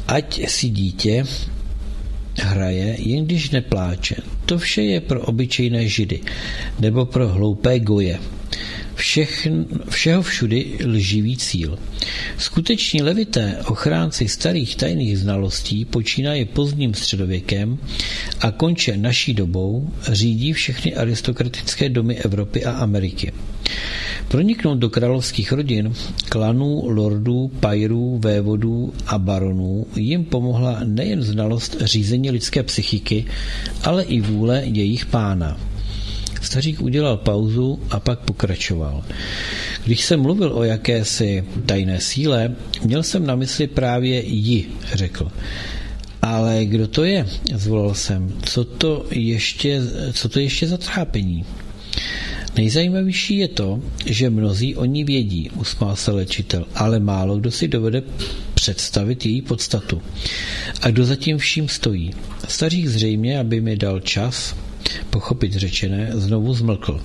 ať si dítě hraje, jen když nepláče. To vše je pro obyčejné židy nebo pro hloupé goje. Všech, všeho všudy lživý cíl. Skuteční levité ochránci starých tajných znalostí počínaje pozdním středověkem a konče naší dobou řídí všechny aristokratické domy Evropy a Ameriky. Proniknout do královských rodin, klanů, lordů, pajrů, vévodů a baronů jim pomohla nejen znalost řízení lidské psychiky, ale i vůle jejich pána. Stařík udělal pauzu a pak pokračoval. Když jsem mluvil o jakési tajné síle, měl jsem na mysli právě ji, řekl. Ale kdo to je? Zvolal jsem. Co to ještě, co to ještě za trápení? Nejzajímavější je to, že mnozí o ní vědí, usmál se léčitel, ale málo kdo si dovede představit její podstatu. A kdo zatím vším stojí? Stařík zřejmě, aby mi dal čas pochopit řečené, znovu zmlkl.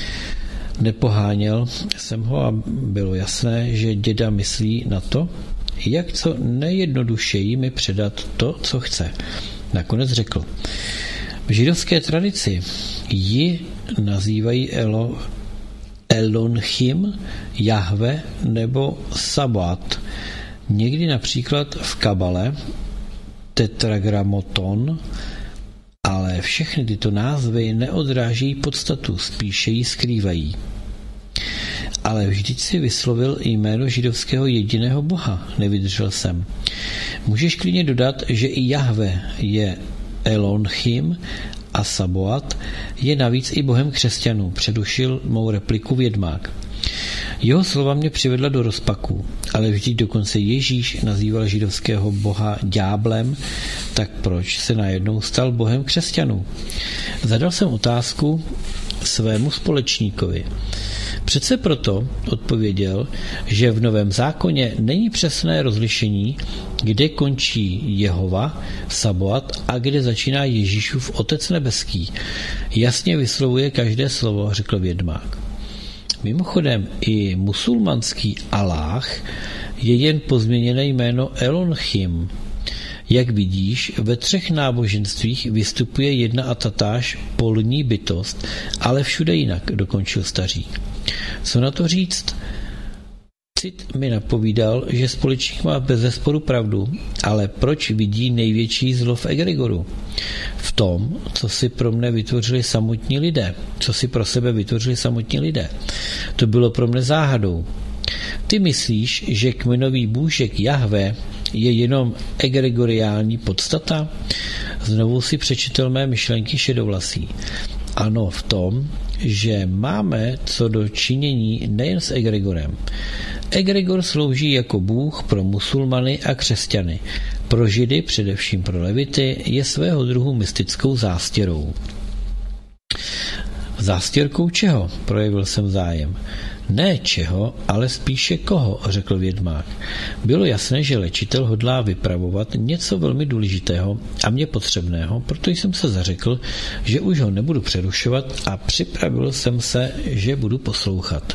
Nepoháněl jsem ho a bylo jasné, že děda myslí na to, jak co nejjednodušeji mi předat to, co chce. Nakonec řekl. V židovské tradici ji nazývají Elo, Elonchim, Jahve nebo Sabat. Někdy například v kabale tetragrammaton, ale všechny tyto názvy neodráží podstatu, spíše ji skrývají. Ale vždyť si vyslovil jméno židovského jediného boha, nevydržel jsem. Můžeš klidně dodat, že i Jahve je Elonchim a Saboat je navíc i bohem křesťanů, předušil mou repliku vědmák. Jeho slova mě přivedla do rozpaku, ale vždyť dokonce Ježíš nazýval židovského boha ďáblem, tak proč se najednou stal bohem křesťanů? Zadal jsem otázku svému společníkovi. Přece proto odpověděl, že v Novém zákoně není přesné rozlišení, kde končí Jehova, Saboat a kde začíná Ježíšův Otec nebeský. Jasně vyslovuje každé slovo, řekl vědmák. Mimochodem i musulmanský Aláh je jen pozměněné jméno Elonchim. Jak vidíš, ve třech náboženstvích vystupuje jedna a tatáž polní bytost, ale všude jinak, dokončil stařík. Co na to říct? Cit mi napovídal, že společník má bezesporu pravdu, ale proč vidí největší zlo v egregoru? V tom, co si pro mne vytvořili samotní lidé, co si pro sebe vytvořili samotní lidé. To bylo pro mne záhadou. Ty myslíš, že kmenový bůžek Jahve je jenom egregoriální podstata? Znovu si přečetl mé myšlenky šedovlasí. Ano, v tom, že máme co do činění nejen s egregorem. Egregor slouží jako bůh pro musulmany a křesťany. Pro židy, především pro levity, je svého druhu mystickou zástěrou. Zástěrkou čeho? Projevil jsem zájem. Ne čeho, ale spíše koho, řekl vědmák. Bylo jasné, že léčitel hodlá vypravovat něco velmi důležitého a mě potřebného, proto jsem se zařekl, že už ho nebudu přerušovat a připravil jsem se, že budu poslouchat.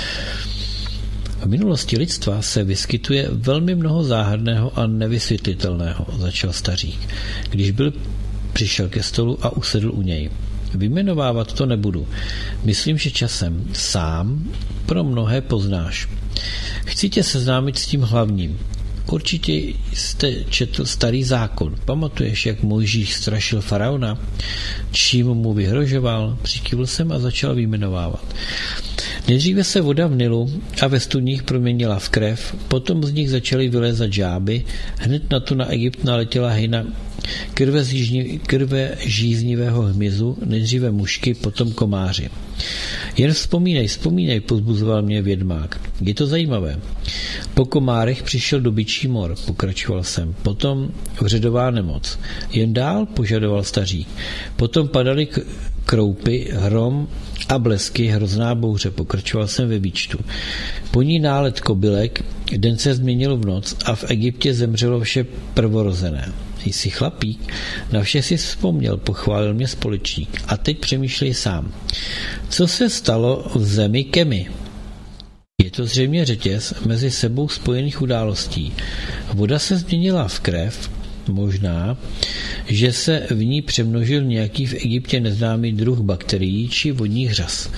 V minulosti lidstva se vyskytuje velmi mnoho záhadného a nevysvětlitelného, začal stařík, když byl přišel ke stolu a usedl u něj. Vyjmenovávat to nebudu. Myslím, že časem sám pro mnohé poznáš. Chci tě seznámit s tím hlavním. Určitě jste četl starý zákon. Pamatuješ, jak Mojžíš strašil faraona? Čím mu vyhrožoval? Přikývl jsem a začal vyjmenovávat. Nejdříve se voda v Nilu a ve studních proměnila v krev, potom z nich začaly vylézat žáby, hned na to na Egypt naletěla hejna krve, zížni, krve žíznivého hmyzu, nejdříve mušky, potom komáři. Jen vzpomínej, vzpomínej, pozbuzoval mě vědmák. Je to zajímavé. Po komárech přišel dobyčí mor, pokračoval jsem. Potom vředová nemoc. Jen dál, požadoval stařík. Potom padaly k- kroupy, hrom a blesky, hrozná bouře, pokračoval jsem ve výčtu. Po ní nálet kobylek, den se změnil v noc a v Egyptě zemřelo vše prvorozené. Jsi chlapík, na vše si vzpomněl, pochválil mě společník. A teď přemýšlej sám. Co se stalo v zemi Kemi? Je to to zřejmě řetěz mezi sebou spojených událostí. Voda se změnila v krev, možná, že se v ní přemnožil nějaký v Egyptě neznámý druh bakterií či vodních řas.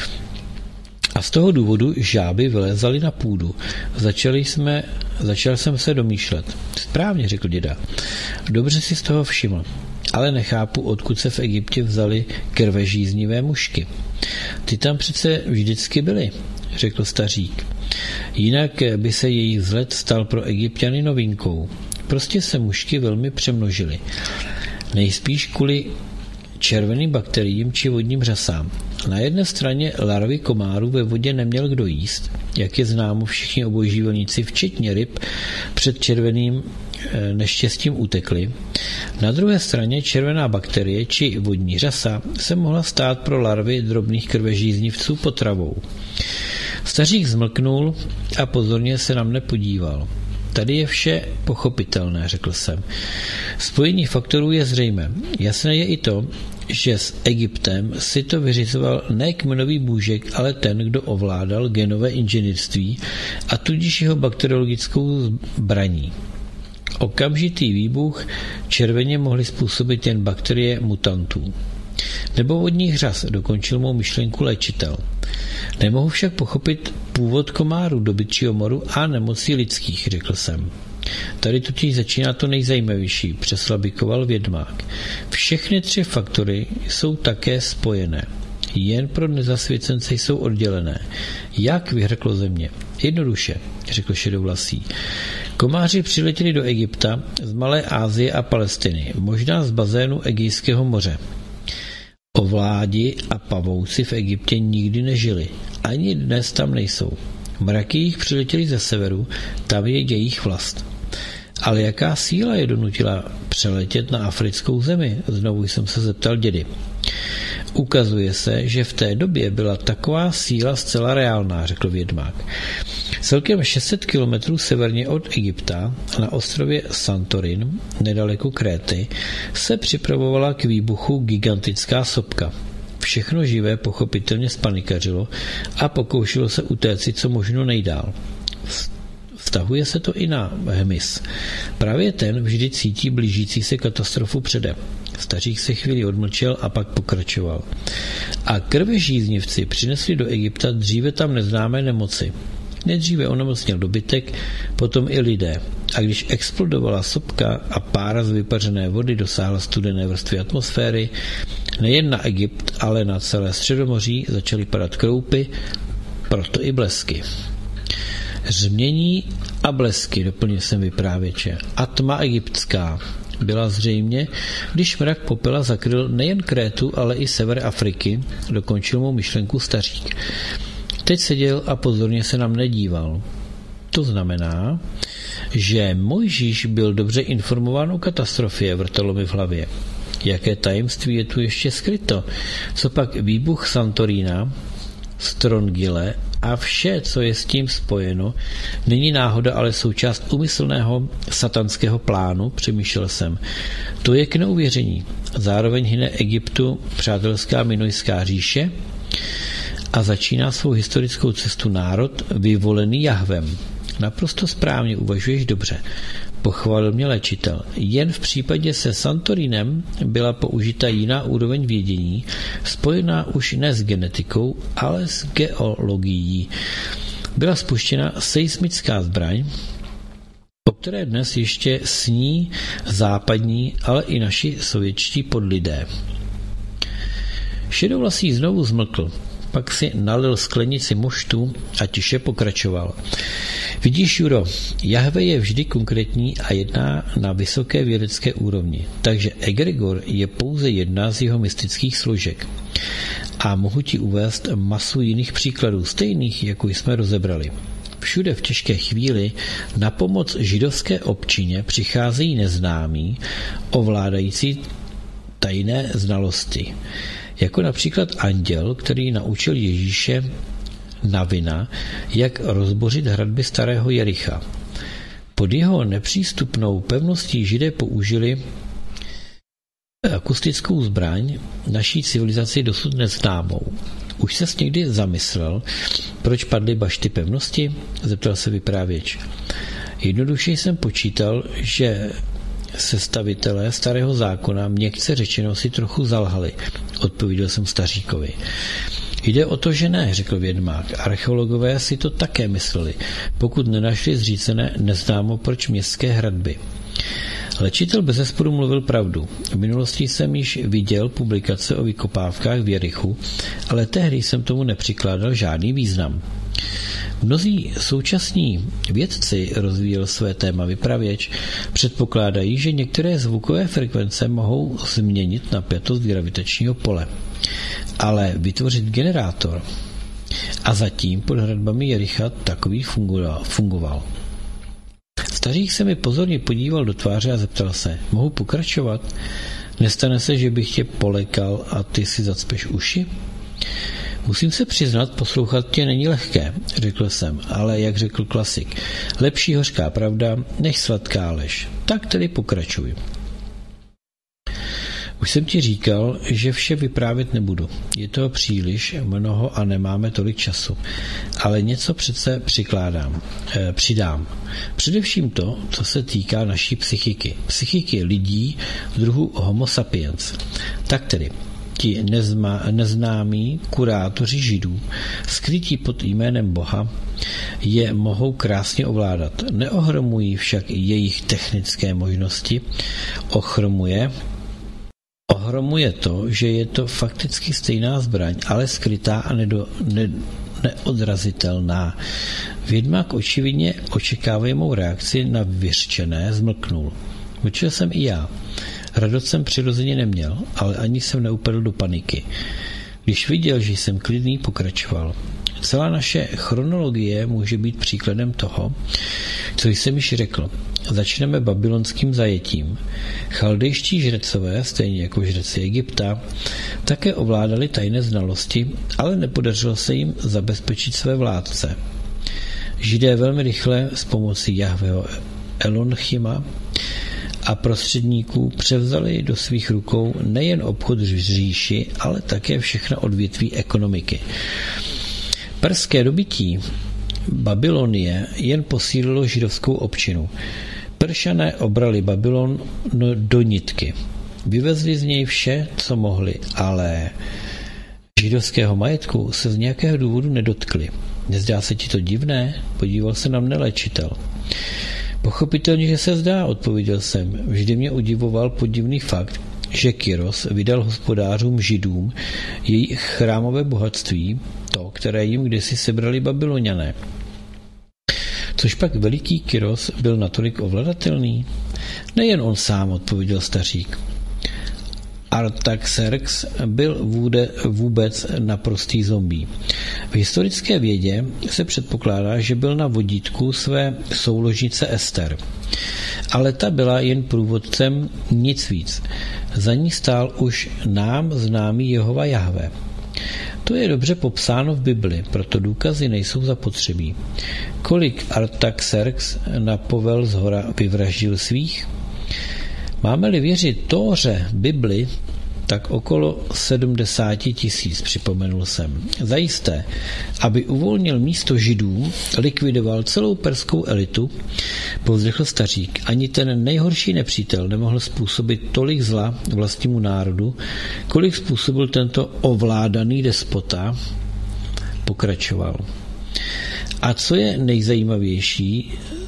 A z toho důvodu žáby vylézaly na půdu. Začali jsme, začal jsem se domýšlet. Správně, řekl děda. Dobře si z toho všiml. Ale nechápu, odkud se v Egyptě vzali krvežíznivé mušky. Ty tam přece vždycky byly, řekl stařík. Jinak by se jejich vzhled stal pro Egypťany novinkou. Prostě se mušky velmi přemnožily. Nejspíš kvůli červeným bakteriím či vodním řasám. Na jedné straně larvy komárů ve vodě neměl kdo jíst, jak je známo, všichni obojživelníci, včetně ryb, před červeným neštěstím utekli. Na druhé straně červená bakterie či vodní řasa se mohla stát pro larvy drobných krvežíznivců potravou. Stařík zmlknul a pozorně se na mne podíval. Tady je vše pochopitelné, řekl jsem. Spojení faktorů je zřejmé. Jasné je i to, že s Egyptem si to vyřizoval ne kmenový bůžek, ale ten, kdo ovládal genové inženýrství a tudíž jeho bakteriologickou zbraní. Okamžitý výbuch červeně mohly způsobit jen bakterie mutantů. Nebo vodních řas, dokončil mou myšlenku léčitel. Nemohu však pochopit původ komárů, dobytčího moru a nemocí lidských, řekl jsem. Tady totiž začíná to nejzajímavější, přeslabikoval vědmák. Všechny tři faktory jsou také spojené. Jen pro nezasvěcence jsou oddělené. Jak, vyhrklo země? Jednoduše, řekl šedovlasý. Komáři přiletěli do Egypta z Malé Asie a Palestiny, možná z bazénu Egejského moře. Ovládi a pavouci v Egyptě nikdy nežili. Ani dnes tam nejsou. Mraky jich přiletěli ze severu, tam je jejich vlast. Ale jaká síla je donutila přeletět na africkou zemi? Znovu jsem se zeptal dědy. Ukazuje se, že v té době byla taková síla zcela reálná, řekl vědmák. Celkem šest set kilometrů severně od Egypta na ostrově Santorin, nedaleko Kréty, se připravovala k výbuchu gigantická sopka. Všechno živé pochopitelně spanikařilo a pokoušelo se utéci co možno nejdál. Vztahuje se to i na hmyz. Právě ten vždy cítí blížící se katastrofu předem. Stařík se chvíli odmlčel a pak pokračoval. A krvežíznivci přinesli do Egypta dříve tam neznámé nemoci. Nejdříve onemocněl dobytek, potom i lidé. A když explodovala sopka a pára z vypařené vody dosáhla studené vrstvy atmosféry, nejen na Egypt, ale na celé Středomoří začaly padat kroupy, proto i blesky. Řmění a blesky, doplnil jsem vyprávěče. A tma egyptská byla zřejmě, když mrak popela zakryl nejen Krétu, ale i sever Afriky, dokončil mou myšlenku stařík. Teď seděl a pozorně se na mne díval. To znamená, že Mojžíš byl dobře informován o katastrofě, vrtalo mi v hlavě. Jaké tajemství je tu ještě skryto? Co pak výbuch Santorína, Strongyle a vše, co je s tím spojeno, není náhoda, ale součást úmyslného satanského plánu, přemýšlel jsem. To je k neuvěření. Zároveň hyne Egyptu přátelská Minojská říše a začíná svou historickou cestu národ vyvolený Jahvem. Naprosto správně, uvažuješ dobře. Pochválil mě léčitel. Jen v případě se Santorinem byla použita jiná úroveň vědění, spojená už ne s genetikou, ale s geologií. Byla spuštěna seismická zbraň, o které dnes ještě sní západní, ale i naši sovětští podlidé. Šedovlasý znovu zmlkl. Pak si nalil sklenici moštu a tiše pokračoval. Vidíš, Juro, Jahve je vždy konkrétní a jedná na vysoké vědecké úrovni, takže egregor je pouze jedna z jeho mystických složek. A mohu ti uvést masu jiných příkladů, stejných, jako jsme rozebrali. Všude v těžké chvíli na pomoc židovské občině přicházejí neznámí, ovládající tajné znalosti. Jako například anděl, který naučil Ježíše Navina, jak rozbořit hradby starého Jericha. Pod jeho nepřístupnou pevností Židé použili akustickou zbraň naší civilizaci dosud neznámou. Už ses někdy zamyslel, proč padly bašty pevnosti? Zeptal se vyprávěč. Jednoduše jsem počítal, že sestavitelé starého zákona, měkce řečeno, si trochu zalhali, odpověděl jsem staříkovi. Jde o to, že ne, řekl vědmák. Archeologové si to také mysleli, pokud nenašli zřícené neznámo proč městské hradby. Léčitel bezesporu mluvil pravdu. V minulosti jsem již viděl publikace o vykopávkách v Jerichu, ale tehdy jsem tomu nepřikládal žádný význam. Mnozí současní vědci, rozvíjel své téma vypravěč, předpokládají, že některé zvukové frekvence mohou změnit napjatost gravitačního pole. Ale vytvořit generátor a zatím pod hradbami Jericha takový fungoval. Stařík se mi pozorně podíval do tváře a zeptal se, mohu pokračovat? Nestane se, že bych tě polekal a ty si zacpeš uši? Musím se přiznat, poslouchat tě není lehké, řekl jsem, ale jak řekl klasik, lepší hořká pravda než sladká lež. Tak tedy pokračuj. Už jsem ti říkal, že vše vyprávět nebudu. Je toho příliš mnoho a nemáme tolik času. Ale něco přece přikládám, eh, přidám. Především to, co se týká naší psychiky. Psychiky lidí druhu Homo sapiens. Tak tedy, ti nezma, neznámí kurátoři židů, skrytí pod jménem Boha, je mohou krásně ovládat. Neohromují však jejich technické možnosti, ochromuje Ohromuje to, že je to fakticky stejná zbraň, ale skrytá a nedo, ne, neodrazitelná. Vědmák očividně očekávají mou reakci na vyřčené, zmlknul. Mlčel jsem i já. Radost jsem přirozeně neměl, ale ani jsem neupadl do paniky. Když viděl, že jsem klidný, pokračoval. Celá naše chronologie může být příkladem toho, co jsem již řekl. Začneme babylonským zajetím. Chaldejští žrecové, stejně jako žreci Egypta, také ovládali tajné znalosti, ale nepodařilo se jim zabezpečit své vládce. Židé velmi rychle s pomocí Jahveho Elonchima a prostředníků převzali do svých rukou nejen obchod v říši, ale také všechna odvětví ekonomiky. Perské dobytí Babylonie jen posílilo židovskou občinu. Peršané obrali Babylon do nitky. Vyvezli z něj vše, co mohli, ale židovského majetku se z nějakého důvodu nedotkli. Nezdá se ti to divné? Podíval se na mne léčitel. Pochopitelně, že se zdá, odpověděl jsem. Vždy mě udivoval podivný fakt, že Kyros vydal hospodářům židům jejich chrámové bohatství, to, které jim kdysi sebrali Babyloniané. Což pak veliký Kyros byl natolik ovladatelný? Nejen on sám, odpověděl stařík. Artaxerxes byl vůde, vůbec naprostý zombie. V historické vědě se předpokládá, že byl na vodítku své souložnice Ester. Ale ta byla jen průvodcem, nic víc. Za ní stál už nám známý Jehova Jahve. To je dobře popsáno v Bibli, proto důkazy nejsou zapotřebí. Kolik Artaxerxes na povel zhora vyvraždil svých? Máme-li věřit Tóře, Bibli, tak okolo sedmdesát tisíc, připomenul jsem. Zajisté, aby uvolnil místo židům, likvidoval celou perskou elitu, povzdechl stařík. Ani ten nejhorší nepřítel nemohl způsobit tolik zla vlastnímu národu, kolik způsobil tento ovládaný despota, pokračoval. A co je nejzajímavější,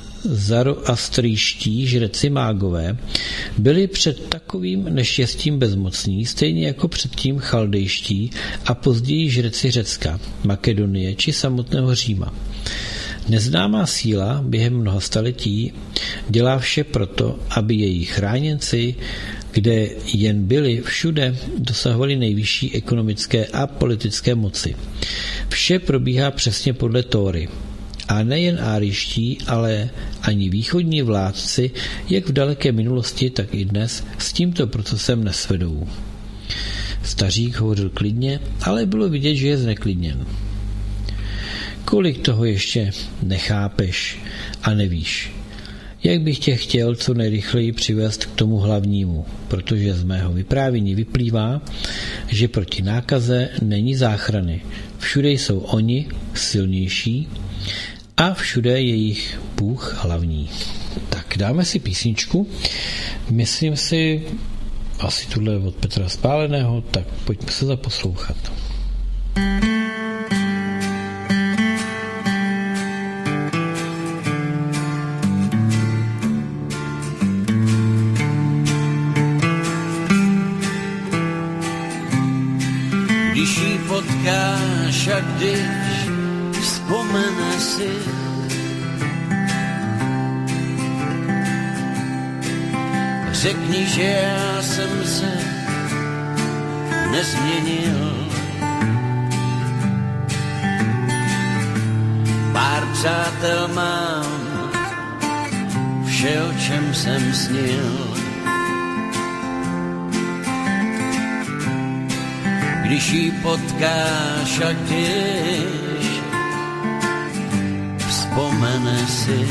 zoroastrýští žreci mágové byli před takovým neštěstím bezmocní, stejně jako předtím chaldejští a později žreci Řecka, Makedonie či samotného Říma. Neznámá síla během mnoha staletí dělá vše proto, aby její chráněnci, kde jen byli, všude dosahovali nejvyšší ekonomické a politické moci. Vše probíhá přesně podle Tóry. A nejen áriští, ale ani východní vládci, jak v daleké minulosti, tak i dnes, s tímto procesem nesvedou. Stařík hovořil klidně, ale bylo vidět, že je zneklidněn. Kolik toho ještě nechápeš a nevíš? jak bych tě chtěl co nejrychleji přivést k tomu hlavnímu, protože z mého vyprávění vyplývá, že proti nákaze není záchrany. Všude jsou oni silnější a všude je jejich Bůh hlavní. Tak dáme si písničku. Myslím si, asi tuhle od Petra Spáleného, tak pojďme se zaposlouchat. Když jí potkáš a když vzpomene si, řekni, že já jsem se nezměnil. Pár přátel mám, vše, o čem jsem snil. Když jí potkáš a když vzpomene si,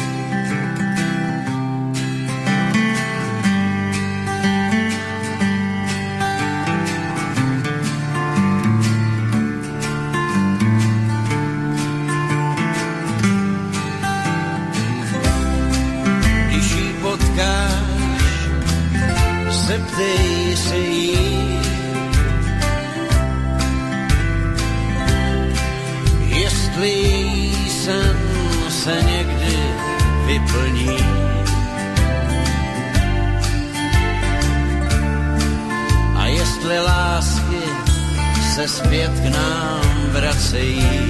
zeptej se jí, jestli její sen se někdy vyplní. A jestli lásky se zpět k nám vracejí.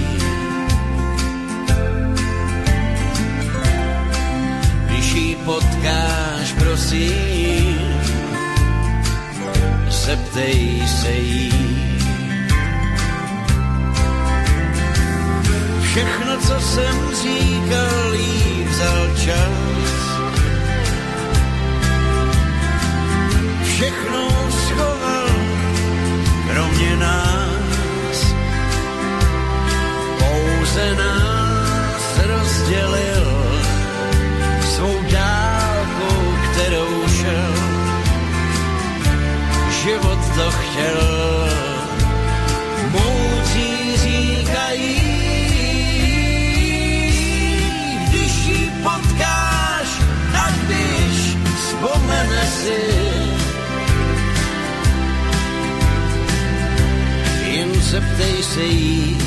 Když jí potkáš, prosím, zeptej se jí. Všechno, co jsem říkal, jí vzal čas. Všechno schoval, kromě nás. Pouze nás rozdělil svou dálkou, kterou šel. Život to chtěl, moudří říkají, když jí potkáš a když vzpomene si, jen zeptej se jí,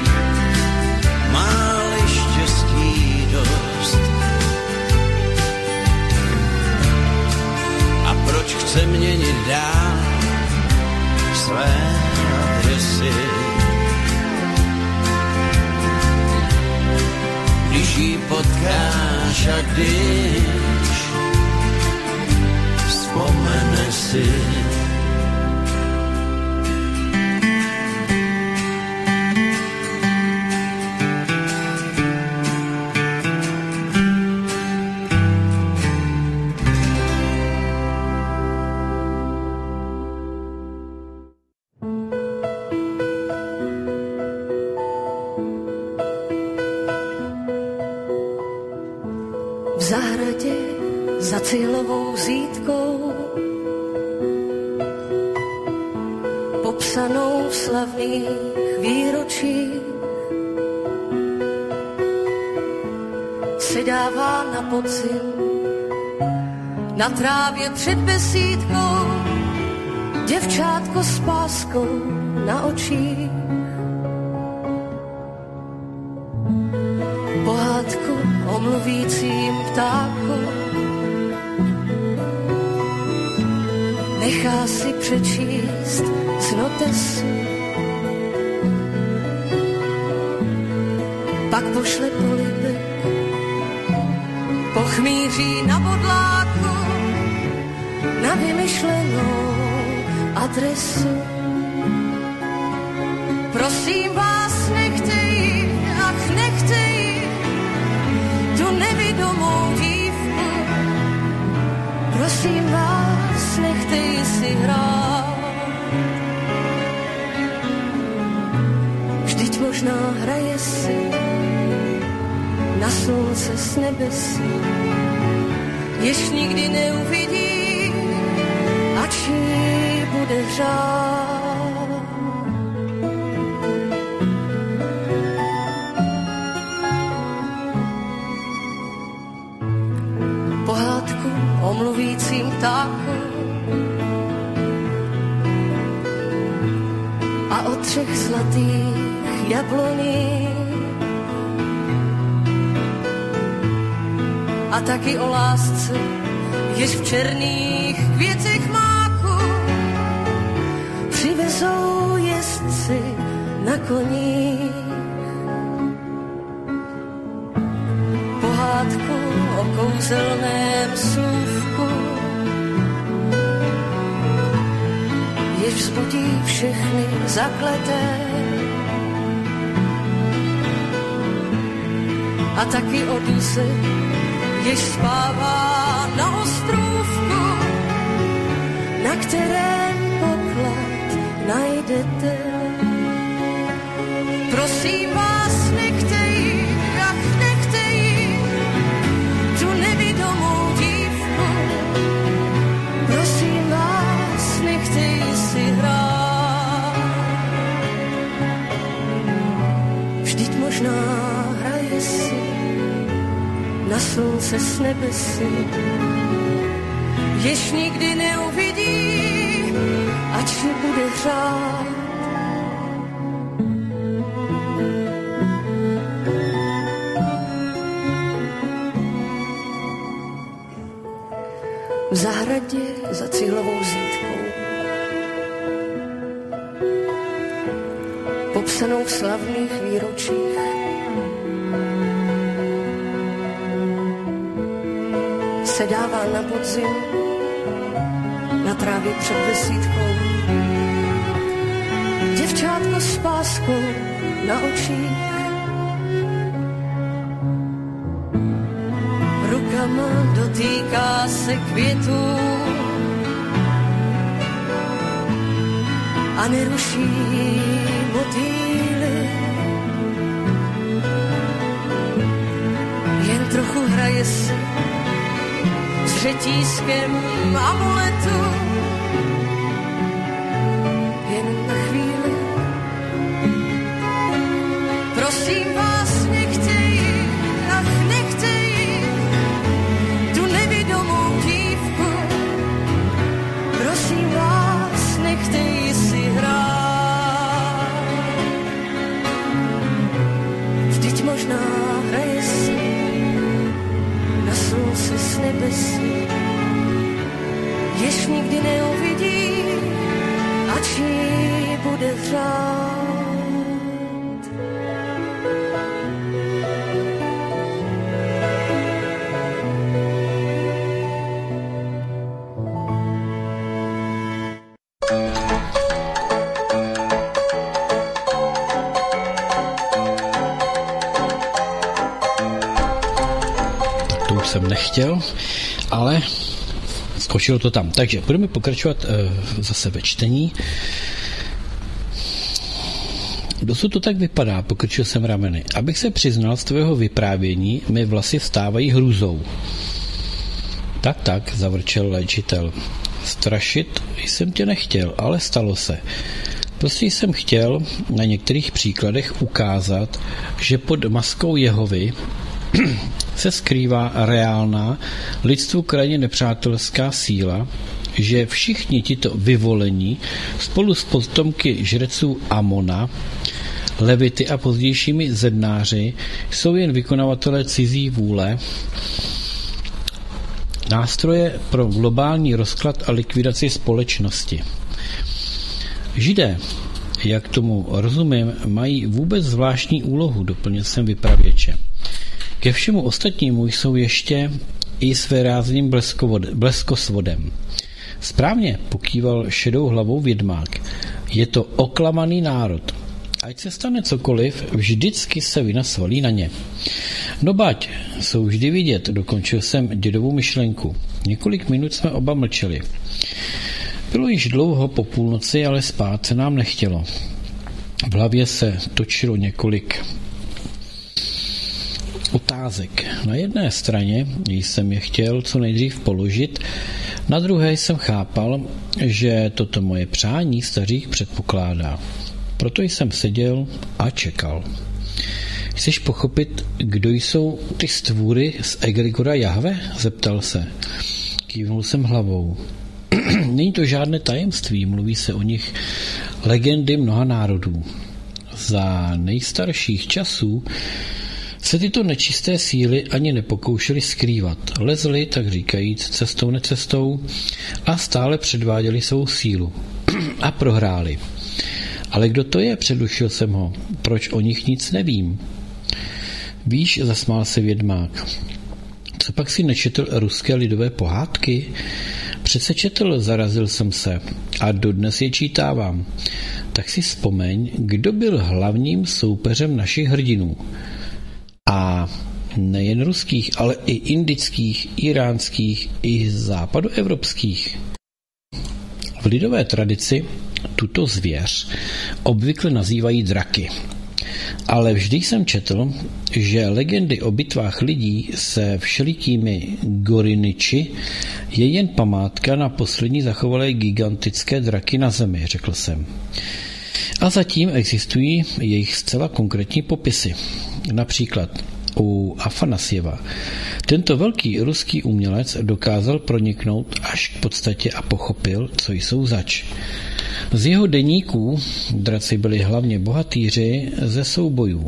má-li štěstí dost. A proč chce měnit dál své adresy? Když jí potkáš a když vzpomene si. V zahradě za cílovou zítkou, popsanou v slavných výročích, si dává na podzim na trávě před besídkou děvčátko s páskou na očích. Pohádku o mluvícím ptáku nechá si přečíst z notesu, pak pošle polibek, pochmíří na bodláku na vymyšlenou adresu. Prosím vás, nechte ji, ach nechte ji, tu nevidomou dívku. Prosím vás, nechte ji si hrát. Vždyť možná hraje si na slunce s nebesí. jež nikdy neuvidí, ač jí bude hřát. Pohádku o mluvícím ptáku a o třech zlatých jabloních a taky o lásce, jež v černých květech máku přivezou jezdci na koních. Pohádku o kouzelném slůvku, jež vzbudí všechny zakleté, a taky o duze, jež spává na ostrůvku, na kterém poklad najdete. Prosím vás, nechte ji, ach nechte ji, tu nevidomou dívku. Prosím vás, nechte ji si hrát. Vždyť možná hraje si na slunce s nebesy, jež nikdy neuvidí, ač ji bude hřát. V zahradě za cihlovou zítkou, popsanou v slavných výročích, se dává na podzim na trávě před besídkou. Děvčátko s páskou na očích, rukama dotýká se květů a neruší motýly. Jen trochu hraje si s řetízkem amuletu, jen na chvíli. Prosím vás, nechte ji, ach nechte ji, tu nevidomou dívku. Prosím vás, nechte ji si hrát. Vždyť možná hraje si na slunce s nebesí, jež nikdy neuvidí, ač ji bude hřát. To už jsem nechtěl, ale skočilo to tam. Takže budeme pokračovat e, zase ve čtení. Dosud to tak vypadá, pokrčil jsem rameny. Abych se přiznal z tvého vyprávění, mi vlasy vstávají hrůzou. Tak, tak, zavrčel léčitel. Strašit jsem tě nechtěl, ale stalo se. Prostě jsem chtěl na některých příkladech ukázat, že pod maskou Jehovy se skrývá reálná, lidstvu krajně nepřátelská síla, že všichni tito vyvolení spolu s potomky žreců Amona, Levity a pozdějšími zednáři jsou jen vykonavatelé cizí vůle, nástroje pro globální rozklad a likvidaci společnosti. Židé, jak tomu rozumím, mají vůbec zvláštní úlohu, doplnil jsem vypravěče. Ke všemu ostatnímu jsou ještě i své rázným bleskosvodem. Správně, pokýval šedou hlavou vědmák. Je to oklamaný národ. Ať se stane cokoliv, vždycky se vina svalí na ně. No bať, jsou vždy vidět, dokončil jsem dědovu myšlenku. Několik minut jsme oba mlčeli. Bylo již dlouho po půlnoci, ale spát se nám nechtělo. V hlavě se točilo několik otázek. Na jedné straně jsem je chtěl co nejdřív položit, na druhé jsem chápal, že toto moje přání stařík předpokládá. Proto jsem seděl a čekal. Chceš pochopit, kdo jsou ty stvůry z egregora Jahve? Zeptal se. Kývnul jsem hlavou. Není to žádné tajemství, mluví se o nich legendy mnoha národů. Za nejstarších časů se tyto nečisté síly ani nepokoušely skrývat. Lezly, tak říkajíc, cestou necestou a stále předváděli svou sílu. A prohráli. Ale kdo to je? Předušil jsem ho. Proč o nich nic nevím? Víš, zasmál se vědmák. Co pak si nečetl ruské lidové pohádky? Přece četl, zarazil jsem se. A dodnes je čítávám. Tak si vzpomeň, kdo byl hlavním soupeřem našich hrdinů. A nejen ruských, ale i indických, iránských, i západoevropských. V lidové tradici tuto zvěř obvykle nazývají draky. Ale vždy jsem četl, že legendy o bitvách lidí se všelikými goriniči je jen památka na poslední zachovalé gigantické draky na zemi, řekl jsem. A zatím existují jejich zcela konkrétní popisy. Například u Afanasjeva. Tento velký ruský umělec dokázal proniknout až k podstatě a pochopil, co jsou zač. Z jeho deníků draci byli hlavně bohatýři ze soubojů.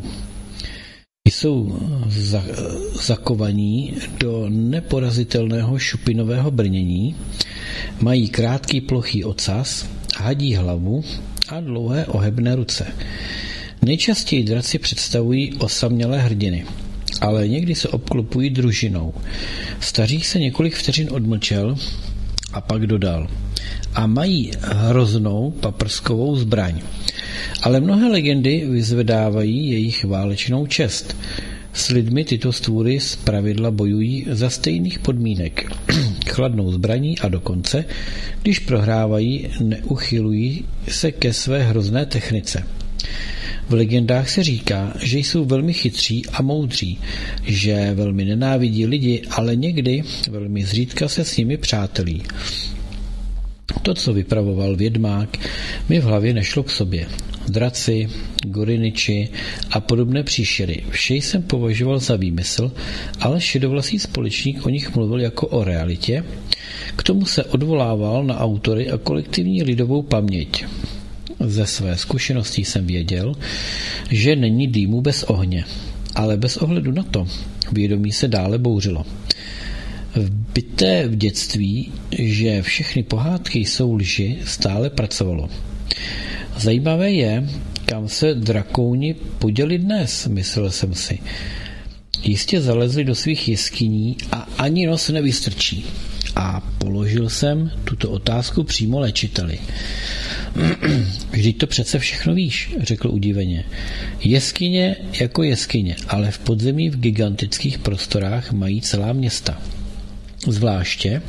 Jsou za, zakovaní do neporazitelného šupinového brnění, mají krátký plochý ocas, hadí hlavu a dlouhé ohebné ruce. Nejčastěji draci představují osamělé hrdiny, ale někdy se obklopují družinou. Stařík se několik vteřin odmlčel a pak dodal. A mají hroznou paprskovou zbraň. Ale mnohé legendy vyzvedávají jejich válečnou čest. S lidmi tyto stvůry zpravidla bojují za stejných podmínek. Chladnou zbraní a dokonce, když prohrávají, neuchylují se ke své hrozné technice. V legendách se říká, že jsou velmi chytří a moudří, že velmi nenávidí lidi, ale někdy velmi zřídka se s nimi přátelí. To, co vypravoval vědmák, mi v hlavě nešlo k sobě. Draci, goriniči a podobné příšery. Vše jsem považoval za výmysl, ale šedovlasý společník o nich mluvil jako o realitě. K tomu se odvolával na autory a kolektivní lidovou paměť. Ze své zkušeností jsem věděl, že není dýmu bez ohně, ale bez ohledu na to vědomí se dále bouřilo. Vbité v dětství, že všechny pohádky jsou lži, stále pracovalo. Zajímavé je, kam se drakouni poděli dnes, myslel jsem si. Jistě zalezli do svých jeskyní a ani nos nevystrčí. A položil jsem tuto otázku přímo léčiteli. Vždyť to přece všechno víš, řekl udiveně. Jeskyně jako jeskyně, ale v podzemí v gigantických prostorách mají celá města. Zvláště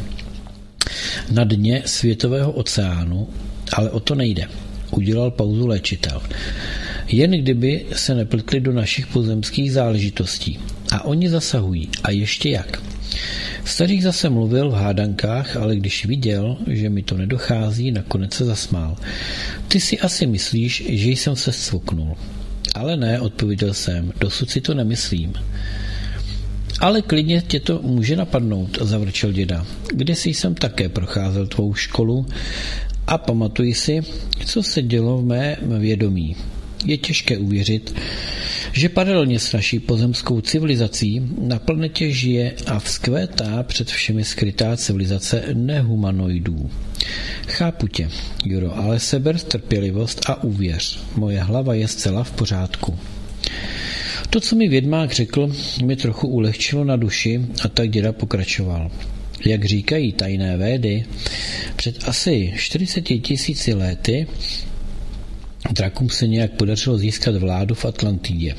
na dně světového oceánu, ale o to nejde. Udělal pauzu léčitel. Jen kdyby se nepletli do našich pozemských záležitostí. A oni zasahují. A ještě jak. Stařík zase mluvil v hádankách, ale když viděl, že mi to nedochází, nakonec se zasmál. Ty si asi myslíš, že jsem se scvuknul. Ale ne, odpověděl jsem, dosud si to nemyslím. Ale klidně tě to může napadnout, zavrčel děda. Kdysi jsem také procházel tvou školu a pamatuji si, co se dělo v mé vědomí. Je těžké uvěřit, že paralelně s naší pozemskou civilizací na planetě žije a vzkvétá před všemi skrytá civilizace nehumanoidů. Chápu tě, Juro, ale seber trpělivost a uvěř. Moje hlava je zcela v pořádku. To, co mi vědmák řekl, mi trochu ulehčilo na duši a tak děda pokračoval. Jak říkají tajné védy, před asi čtyřiceti tisíci léty drakům se nějak podařilo získat vládu v Atlantidě.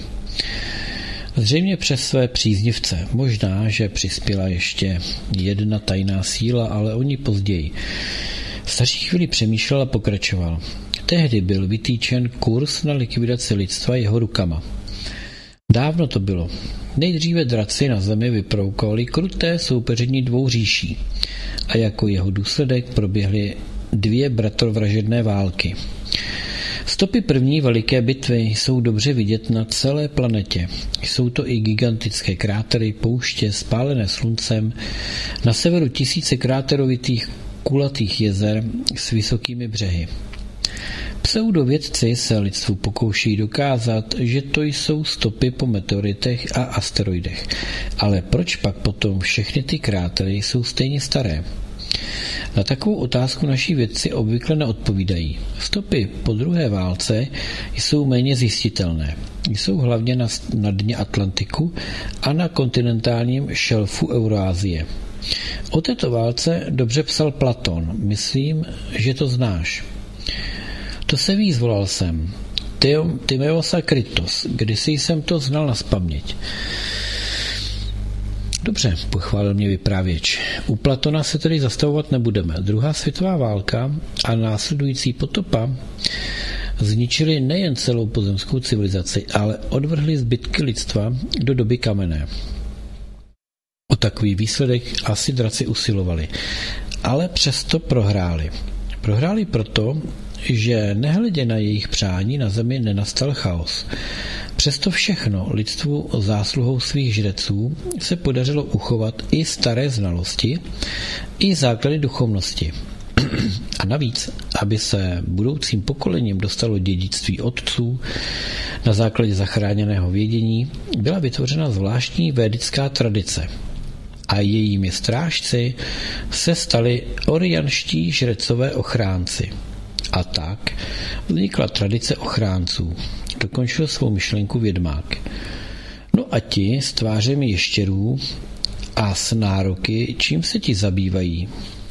Zřejmě přes své příznivce. Možná, že přispěla ještě jedna tajná síla, ale o ní později. Staří chvíli přemýšlel a pokračoval. Tehdy byl vytýčen kurz na likvidaci lidstva jeho rukama. Dávno to bylo. Nejdříve draci na Zemi vyprovokovali kruté soupeření dvou říší a jako jeho důsledek proběhly dvě bratrovražedné války. Stopy první veliké bitvy jsou dobře vidět na celé planetě. Jsou to i gigantické krátery, pouště spálené sluncem, na severu tisíce kráterovitých kulatých jezer s vysokými břehy. Pseudovědci se lidstvu pokouší dokázat, že to jsou stopy po meteoritech a asteroidech. Ale proč pak potom všechny ty krátery jsou stejně staré? Na takovou otázku naši vědci obvykle neodpovídají. Stopy po druhé válce jsou méně zjistitelné. Jsou hlavně na, na dně Atlantiku a na kontinentálním šelfu Eurázie. O této válce dobře psal Platón. Myslím, že to znáš. To se ví, zvolal jsem. Timeos a Krytos. Kdysi jsem to znal nazpaměť. Dobře, pochválil mě vyprávěč. U Platona se tedy zastavovat nebudeme. Druhá světová válka a následující potopa zničili nejen celou pozemskou civilizaci, ale odvrhli zbytky lidstva do doby kamenné. O takový výsledek asi draci usilovali, ale přesto prohráli. Prohráli proto, že nehledě na jejich přání na Zemi nenastal chaos. Přesto všechno lidstvu zásluhou svých žreců se podařilo uchovat i staré znalosti, i základy duchovnosti. A navíc, aby se budoucím pokolením dostalo dědictví otců na základě zachráněného vědění, byla vytvořena zvláštní védická tradice. A jejími strážci se stali orianští žrecové ochránci. A tak vznikla tradice ochránců. Dokončil svou myšlenku vědmák. No a ti s tvářemi ještěrů a s nároky, čím se ti zabývají?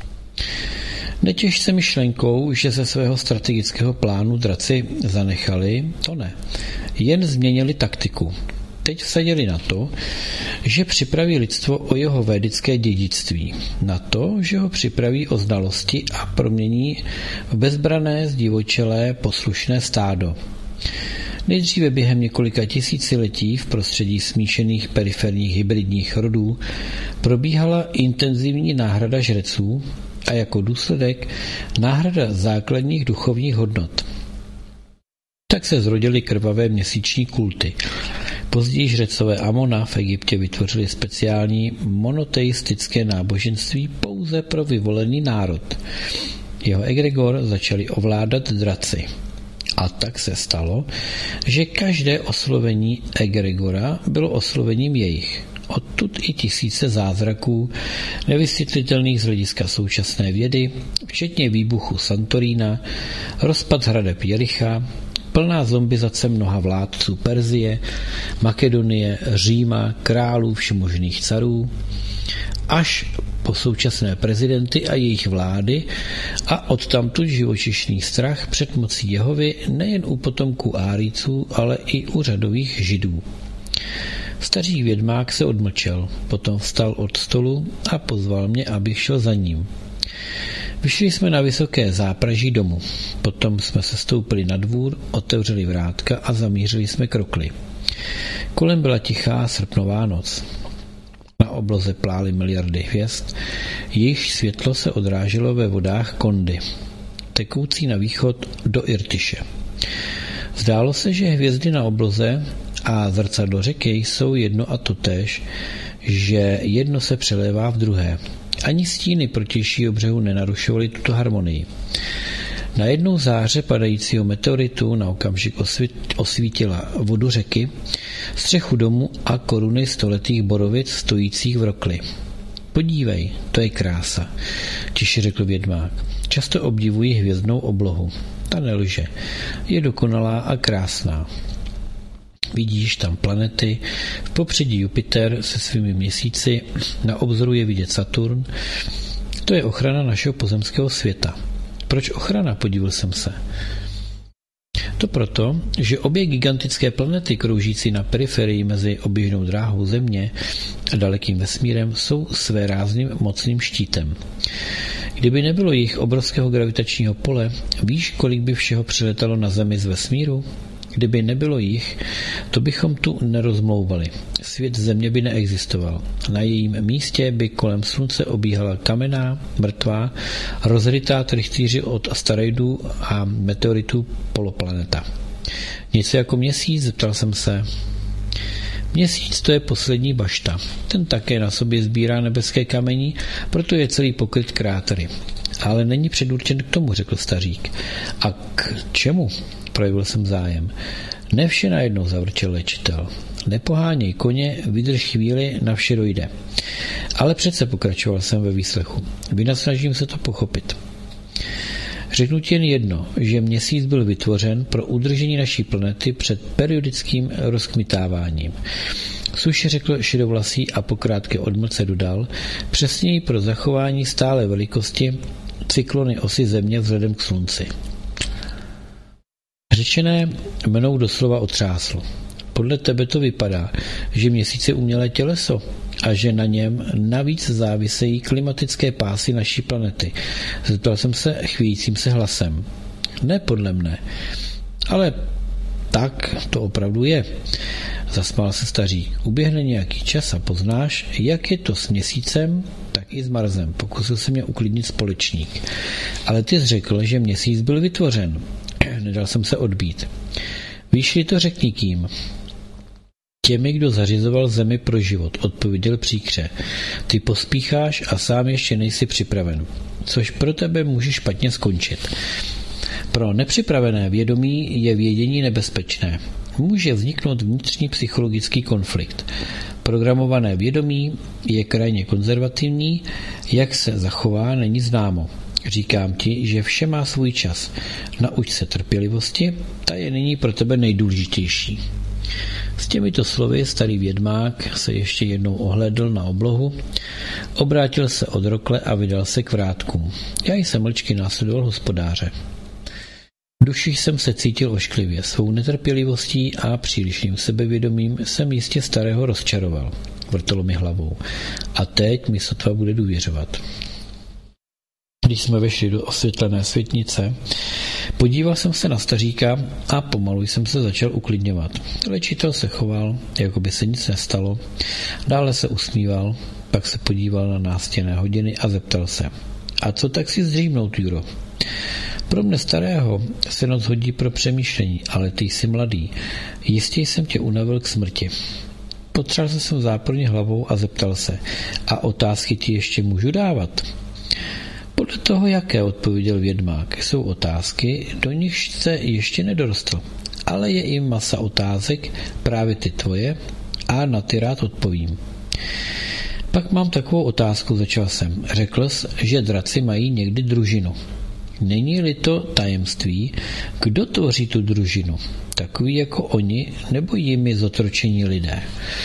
Netěž se myšlenkou, že ze svého strategického plánu draci zanechali, to ne. Jen změnili taktiku. Teď vsadili na to, že připraví lidstvo o jeho védické dědictví. Na to, že ho připraví o znalosti a promění v bezbrané, zdivočelé, poslušné stádo. Nejdříve během několika tisíciletí v prostředí smíšených periferních hybridních rodů probíhala intenzivní náhrada žreců a jako důsledek náhrada základních duchovních hodnot. Tak se zrodily krvavé měsíční kulty. Později žrecové Amona v Egyptě vytvořili speciální monoteistické náboženství pouze pro vyvolený národ. Jeho egregor začali ovládat draci. A tak se stalo, že každé oslovení egregora bylo oslovením jejich. Odtud i tisíce zázraků, nevysvětlitelných z hlediska současné vědy, včetně výbuchu Santorína, rozpad hradeb Jericha, plná zombizace mnoha vládců Perzie, Makedonie, Říma, králů všemožných carů, až po současné prezidenty a jejich vlády a odtamtud živočišný strach před mocí Jehovy nejen u potomků Árijců, ale i u řadových Židů. Staří vědmák se odmlčel, potom vstal od stolu a pozval mě, abych šel za ním. Vyšli jsme na vysoké zápraží domu, potom jsme se stoupili na dvůr, otevřeli vrátka a zamířili jsme k rokli. Kolem byla tichá srpnová noc. Na obloze plály miliardy hvězd, jejich světlo se odráželo ve vodách Kondy, tekoucí na východ do Irtyše. Zdálo se, že hvězdy na obloze a zrcadlo řeky jsou jedno a totéž, že jedno se přelévá v druhé. Ani stíny protějšího břehu nenarušovaly tuto harmonii. Najednou záře padajícího meteoritu na okamžik osvítila vodu řeky, střechu domu a koruny stoletých borovic stojících v rokli. Podívej, to je krása, tiše řekl vědmák. Často obdivuji hvězdnou oblohu. Ta nelže. Je dokonalá a krásná. Vidíš tam planety, v popředí Jupiter se svými měsíci, na obzoru je vidět Saturn. To je ochrana našeho pozemského světa. Proč ochrana, podívil jsem se. To proto, že obě gigantické planety kroužící na periferii mezi oběžnou dráhou Země a dalekým vesmírem jsou svérázným mocným štítem. Kdyby nebylo jejich obrovského gravitačního pole, víš, kolik by všeho přiletalo na Zemi z vesmíru? Kdyby nebylo jich, to bychom tu nerozmlouvali. Svět Země by neexistoval. Na jejím místě by kolem slunce obíhala kamenná, mrtvá, rozrytá trichtýři od asteroidů a meteoritů poloplaneta. Něco jako měsíc, zeptal jsem se. Měsíc to je poslední bašta. Ten také na sobě sbírá nebeské kamení, proto je celý pokryt krátery. Ale není předurčen k tomu, řekl stařík. A k čemu? Projevil jsem zájem. Ne vše najednou, zavrčel léčitel. Nepoháněj koně, vydrž chvíli, na vše dojde. Ale přece, pokračoval jsem ve výslechu. Vynasnažím se to pochopit. Řeknu ti jen jedno, že měsíc byl vytvořen pro udržení naší planety před periodickým rozkmitáváním. Suše řekl šedovlasý a po krátké odmlce dodal, přesněji pro zachování stále velikosti cyklony osy Země vzhledem k slunci. Řečené mnou doslova otřáslo. Podle tebe to vypadá, že měsíc je umělé těleso a že na něm navíc závisejí klimatické pásy naší planety. Zeptal jsem se chvějícím se hlasem. Ne podle mne, ale tak to opravdu je. Zasmál se stařík. Uběhne nějaký čas a poznáš, jak je to s měsícem, tak i s Marsem. Pokusil se mě uklidnit společník. Ale ty jsi řekl, že měsíc byl vytvořen. Nedal jsem se odbít. Víš-li to řekni kým? Těmi, kdo zařizoval Zemi pro život, odpověděl příkře. Ty pospícháš a sám ještě nejsi připraven, což pro tebe může špatně skončit. Pro nepřipravené vědomí je vědění nebezpečné. Může vzniknout vnitřní psychologický konflikt. Programované vědomí je krajně konzervativní, jak se zachová, není známo. Říkám ti, že vše má svůj čas. Nauč se trpělivosti, ta je nyní pro tebe nejdůležitější. S těmito slovy starý vědmák se ještě jednou ohlédl na oblohu, obrátil se od rokle a vydal se k vrátkům. Já jsem mlčky následoval hospodáře. V duši jsem se cítil ošklivě, svou netrpělivostí a přílišným sebevědomím jsem jistě starého rozčaroval. Vrtalo mi hlavou. A teď mi sotva bude důvěřovat. Když jsme vešli do osvětlené světnice, podíval jsem se na staříka a pomalu jsem se začal uklidňovat. Léčitel se choval, jako by se nic nestalo, dále se usmíval, pak se podíval na nástěnné hodiny a zeptal se. A co tak si zdřímnout, Juro? Pro mne starého se noc hodí pro přemýšlení, ale ty jsi mladý. Jistě jsem tě unavil k smrti. Potřel se jsem záporně hlavou a zeptal se. A otázky ti ještě můžu dávat? Podle toho, jaké, odpověděl vědmák, jsou otázky, do nichž se ještě nedorostl. Ale je i masa otázek, právě ty tvoje, a na ty rád odpovím. Pak mám takovou otázku, začal jsem. Řekl jsi, že draci mají někdy družinu. Není-li to tajemství, kdo tvoří tu družinu? Takový jako oni, nebo jimi zotročení lidé?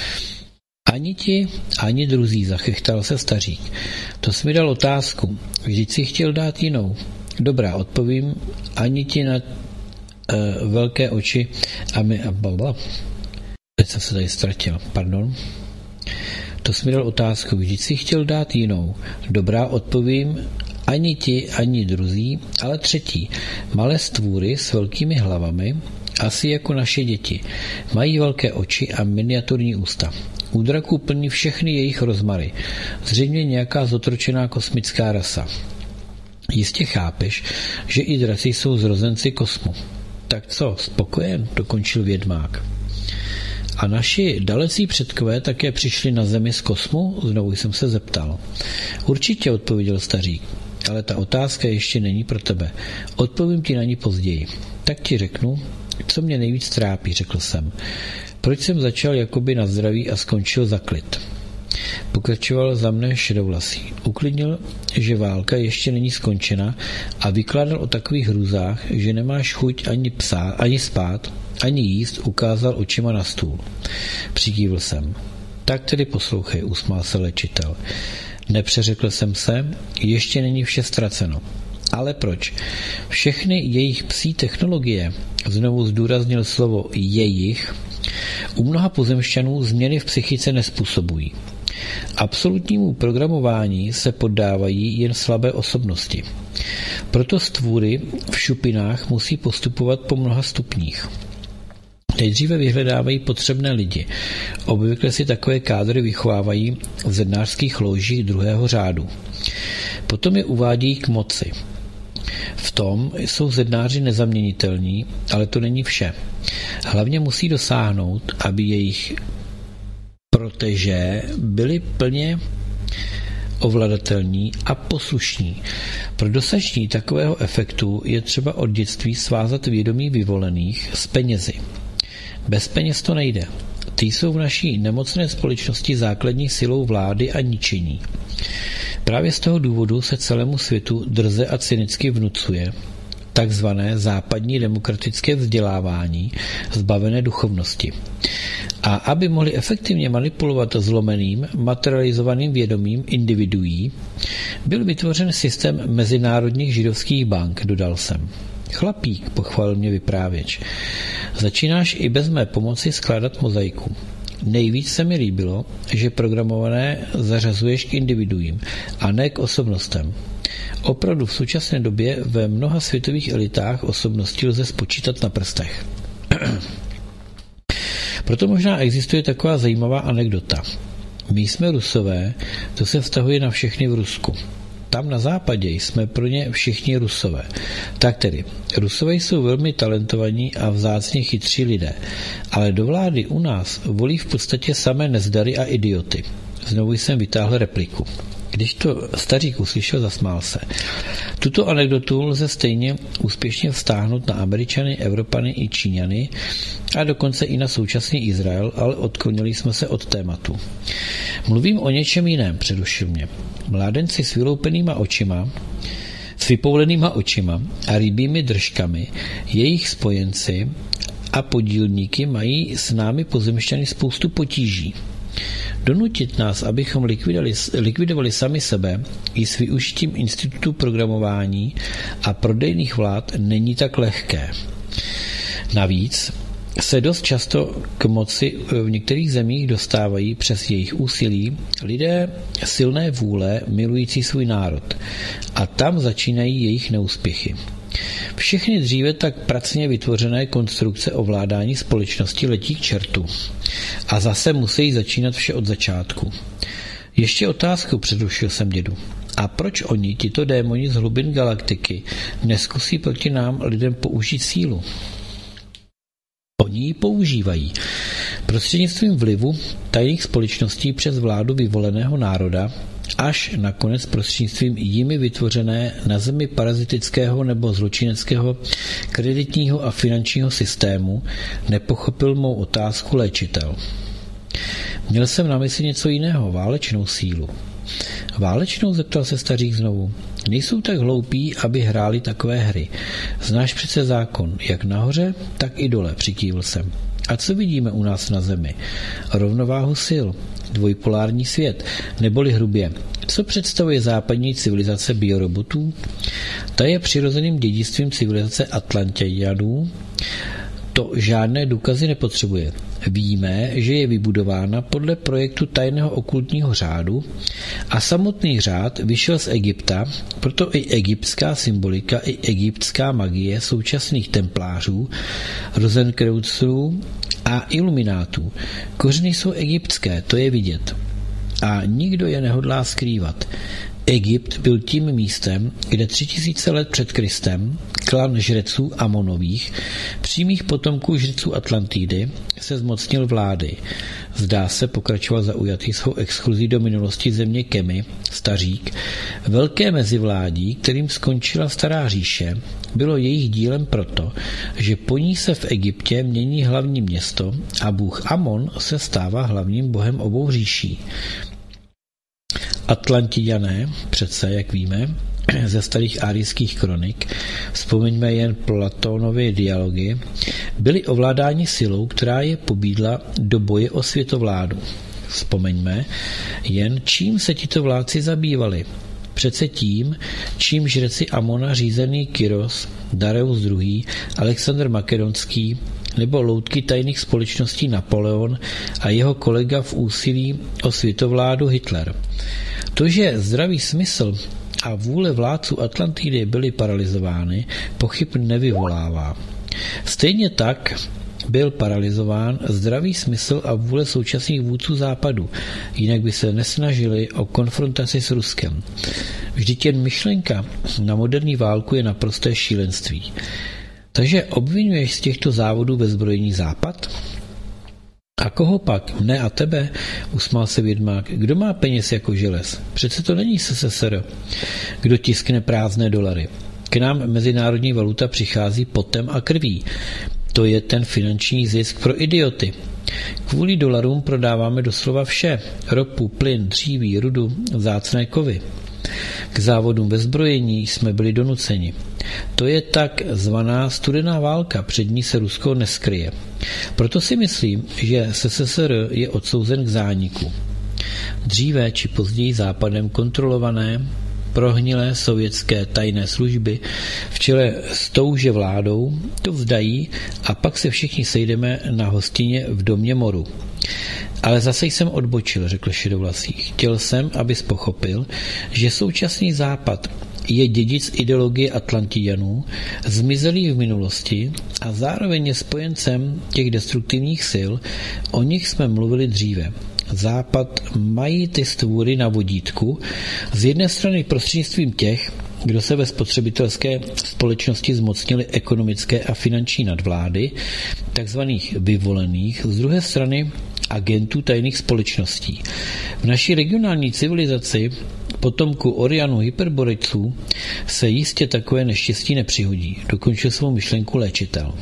Ani ti, ani druzí, zachychtal se stařík. To jsi mi dal otázku, vždyť si chtěl dát jinou. Dobrá, odpovím, ani ti na uh, velké oči a mi a blabla. Teď jsem se tady ztratil, pardon. To jsi mi dal otázku, vždyť si chtěl dát jinou. Dobrá, odpovím, ani ti, ani druzí, ale třetí. Malé stvůry s velkými hlavami, asi jako naše děti. Mají velké oči a miniaturní ústa. U draků plní všechny jejich rozmary. Zřejmě nějaká zotročená kosmická rasa. Jistě chápeš, že i draci jsou zrozenci kosmu. Tak co, spokojen? Dokončil vědmák. A naši dalecí předkové také přišli na Zemi z kosmu? Znovu jsem se zeptal. Určitě, odpověděl stařík. Ale ta otázka ještě není pro tebe. Odpovím ti na ní později. Tak ti řeknu, co mě nejvíc trápí, řekl jsem. Proč jsem začal jakoby na zdraví a skončil za klid? Pokračoval za mne šedovlasý. Uklidnil, že válka ještě není skončena a vykládal o takových hrůzách, že nemáš chuť ani psát, ani spát, ani jíst, ukázal očima na stůl. Přikývl jsem. Tak tedy poslouchej, usmál se léčitel. Nepřeřekl jsem se, ještě není vše ztraceno. Ale proč? Všechny jejich psí technologie, znovu zdůraznil slovo jejich, u mnoha pozemšťanů změny v psychice nezpůsobují. Absolutnímu programování se poddávají jen slabé osobnosti. Proto stvůry v šupinách musí postupovat po mnoha stupních. Nejdříve vyhledávají potřebné lidi. Obvykle si takové kádry vychovávají v zednářských ložích druhého řádu. Potom je uvádí k moci. V tom jsou zednáři nezaměnitelní, ale to není vše. Hlavně musí dosáhnout, aby jejich protežé byli plně ovladatelní a poslušní. Pro dosažení takového efektu je třeba od dětství svázat vědomí vyvolených s penězi. Bez peněz to nejde. Ty jsou v naší nemocné společnosti základní silou vlády a ničení. Právě z toho důvodu se celému světu drze a cynicky vnucuje takzvané západní demokratické vzdělávání zbavené duchovnosti. A aby mohli efektivně manipulovat zlomeným, materializovaným vědomím individuí, byl vytvořen systém mezinárodních židovských bank, dodal jsem. Chlapík, pochválil mě vyprávěč. Začínáš i bez mé pomoci skládat mozaiku. Nejvíc se mi líbilo, že programované zařazuješ k individuím a ne k osobnostem. Opravdu v současné době ve mnoha světových elitách osobností lze spočítat na prstech. Proto možná existuje taková zajímavá anekdota. My jsme Rusové, to se vztahuje na všechny v Rusku. Tam na západě jsme pro ně všichni Rusové. Tak tedy, Rusové jsou velmi talentovaní a vzácně chytří lidé, ale do vlády u nás volí v podstatě samé nezdary a idioty. Znovu jsem vytáhl repliku. Když to stařík uslyšel, zasmál se. Tuto anekdotu lze stejně úspěšně vztáhnout na Američany, Evropany i Číňany a dokonce i na současný Izrael, ale odklonili jsme se od tématu. Mluvím o něčem jiném, přerušil mě. Mládenci s vyloupenýma očima, s vypoulenýma očima a rybími držkami, jejich spojenci a podílníky mají s námi pozemšťany spoustu potíží. Donutit nás, abychom likvidovali, likvidovali sami sebe i s využitím institutu programování a prodejných vlád není tak lehké. Navíc se dost často k moci v některých zemích dostávají přes jejich úsilí lidé silné vůle milující svůj národ a tam začínají jejich neúspěchy. Všechny dříve tak pracně vytvořené konstrukce ovládání společnosti letí k čertu a zase musí začínat vše od začátku. Ještě otázku, předušil jsem dědu. A proč oni, tito démoni z hlubin galaktiky, neskusí proti nám lidem použít sílu? Oni ji používají. Prostřednictvím vlivu tajných společností přes vládu vyvoleného národa až nakonec prostřednictvím jimi vytvořené na zemi parazitického nebo zločineckého kreditního a finančního systému, nepochopil mou otázku léčitel. Měl jsem na mysli něco jiného, válečnou sílu. Válečnou, zeptal se stařík znovu. Nejsou tak hloupí, aby hráli takové hry. Znáš přece zákon, jak nahoře, tak i dole, přikývl jsem. A co vidíme u nás na zemi? Rovnováhu sil, dvojpolární svět, neboli hrubě. Co představuje západní civilizace biorobotů? Ta je přirozeným dědictvím civilizace Atlantianů. To žádné důkazy nepotřebuje. Víme, že je vybudována podle projektu tajného okultního řádu a samotný řád vyšel z Egypta, proto i egyptská symbolika, i egyptská magie současných templářů, Rosenkreuzerů a iluminátů. Kořeny jsou egyptské, to je vidět. A nikdo je nehodlá skrývat. Egypt byl tím místem, kde tři tisíce let před Kristem klan žreců Amonových, přímých potomků žreců Atlantidy, se zmocnil vlády. Zdá se, pokračoval zaujatý svou exkluzí do minulosti země Kemy, stařík, velké mezivládí, kterým skončila stará říše, bylo jejich dílem proto, že po ní se v Egyptě mění hlavní město a bůh Amon se stává hlavním bohem obou říší. Atlantidané, přece, jak víme, ze starých árijských kronik, vzpomeňme jen Platónovy dialogy, byli ovládáni silou, která je pobídla do boje o světovládu. Vzpomeňme jen, čím se tito vládci zabývali. Přece tím, čím žreci Amona řízený Kyros, Dareus druhý., Alexandr Makedonský nebo loutky tajných společností Napoleon a jeho kolega v úsilí o světovládu Hitler. To, že zdravý smysl a vůle vládců Atlantidy byly paralyzovány, pochyb nevyvolává. Stejně tak byl paralyzován zdravý smysl a vůle současných vůdců západu, jinak by se nesnažili o konfrontaci s Ruskem. Vždyť jen myšlenka na moderní válku je naprosté šílenství. Takže obvinuješ z těchto závodů ve zbrojení Západ? A koho pak? Mne a tebe? Usmál se Vědmák. Kdo má peněz jako želez? Přece to není S S S R. Kdo tiskne prázdné dolary? K nám mezinárodní valuta přichází potem a krví. To je ten finanční zisk pro idioty. Kvůli dolarům prodáváme doslova vše. Ropu, plyn, dříví, rudu, vzácné kovy. K závodům ve zbrojení jsme byli donuceni. To je tak zvaná studená válka, před ní se Rusko neskryje. Proto si myslím, že S S S R je odsouzen k zániku. Dříve či později Západem kontrolované, prohnilé sovětské tajné služby v čele s touže vládou to vzdají a pak se všichni sejdeme na hostině v domě moru. Ale zase jsem odbočil, řekl Šedovlasý. Chtěl jsem, abys pochopil, že současný Západ je dědic ideologie Atlantijanů, zmizelý v minulosti a zároveň je spojencem těch destruktivních sil, o nich jsme mluvili dříve. Západ mají ty stvůry na vodítku, z jedné strany prostřednictvím těch, kdo se ve spotřebitelské společnosti zmocnili ekonomické a finanční nadvlády, takzvaných vyvolených, z druhé strany agentů tajných společností. V naší regionální civilizaci potomku Orianu hyperboreců se jistě takové neštěstí nepřihodí. Dokončil svou myšlenku léčitel.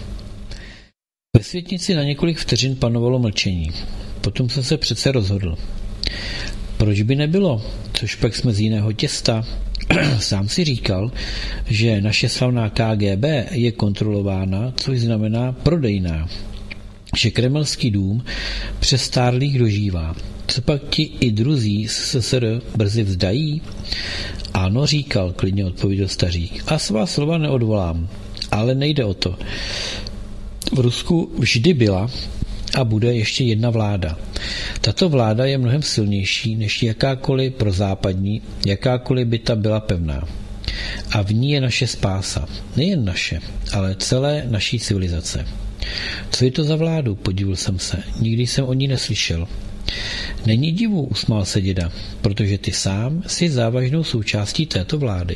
Ve světnici na několik vteřin panovalo mlčení. Potom jsem se přece rozhodl. Proč by nebylo? Což pak jsme z jiného těsta. Sám si říkal, že naše slavná K G B je kontrolována, což znamená prodejná. Že Kremelský dům přestárlých dožívá. Co pak ti i druzí z S S R brzy vzdají? Ano, říkal, klidně odpověděl stařík. A svá slova neodvolám. Ale nejde o to. V Rusku vždy byla a bude ještě jedna vláda. Tato vláda je mnohem silnější než jakákoliv prozápadní, jakákoliv by ta byla pevná. A v ní je naše spása. Nejen naše, ale celé naší civilizace. Co je to za vládu? Podívil jsem se. Nikdy jsem o ní neslyšel. Není divu, usmál se děda, protože ty sám jsi závažnou součástí této vlády.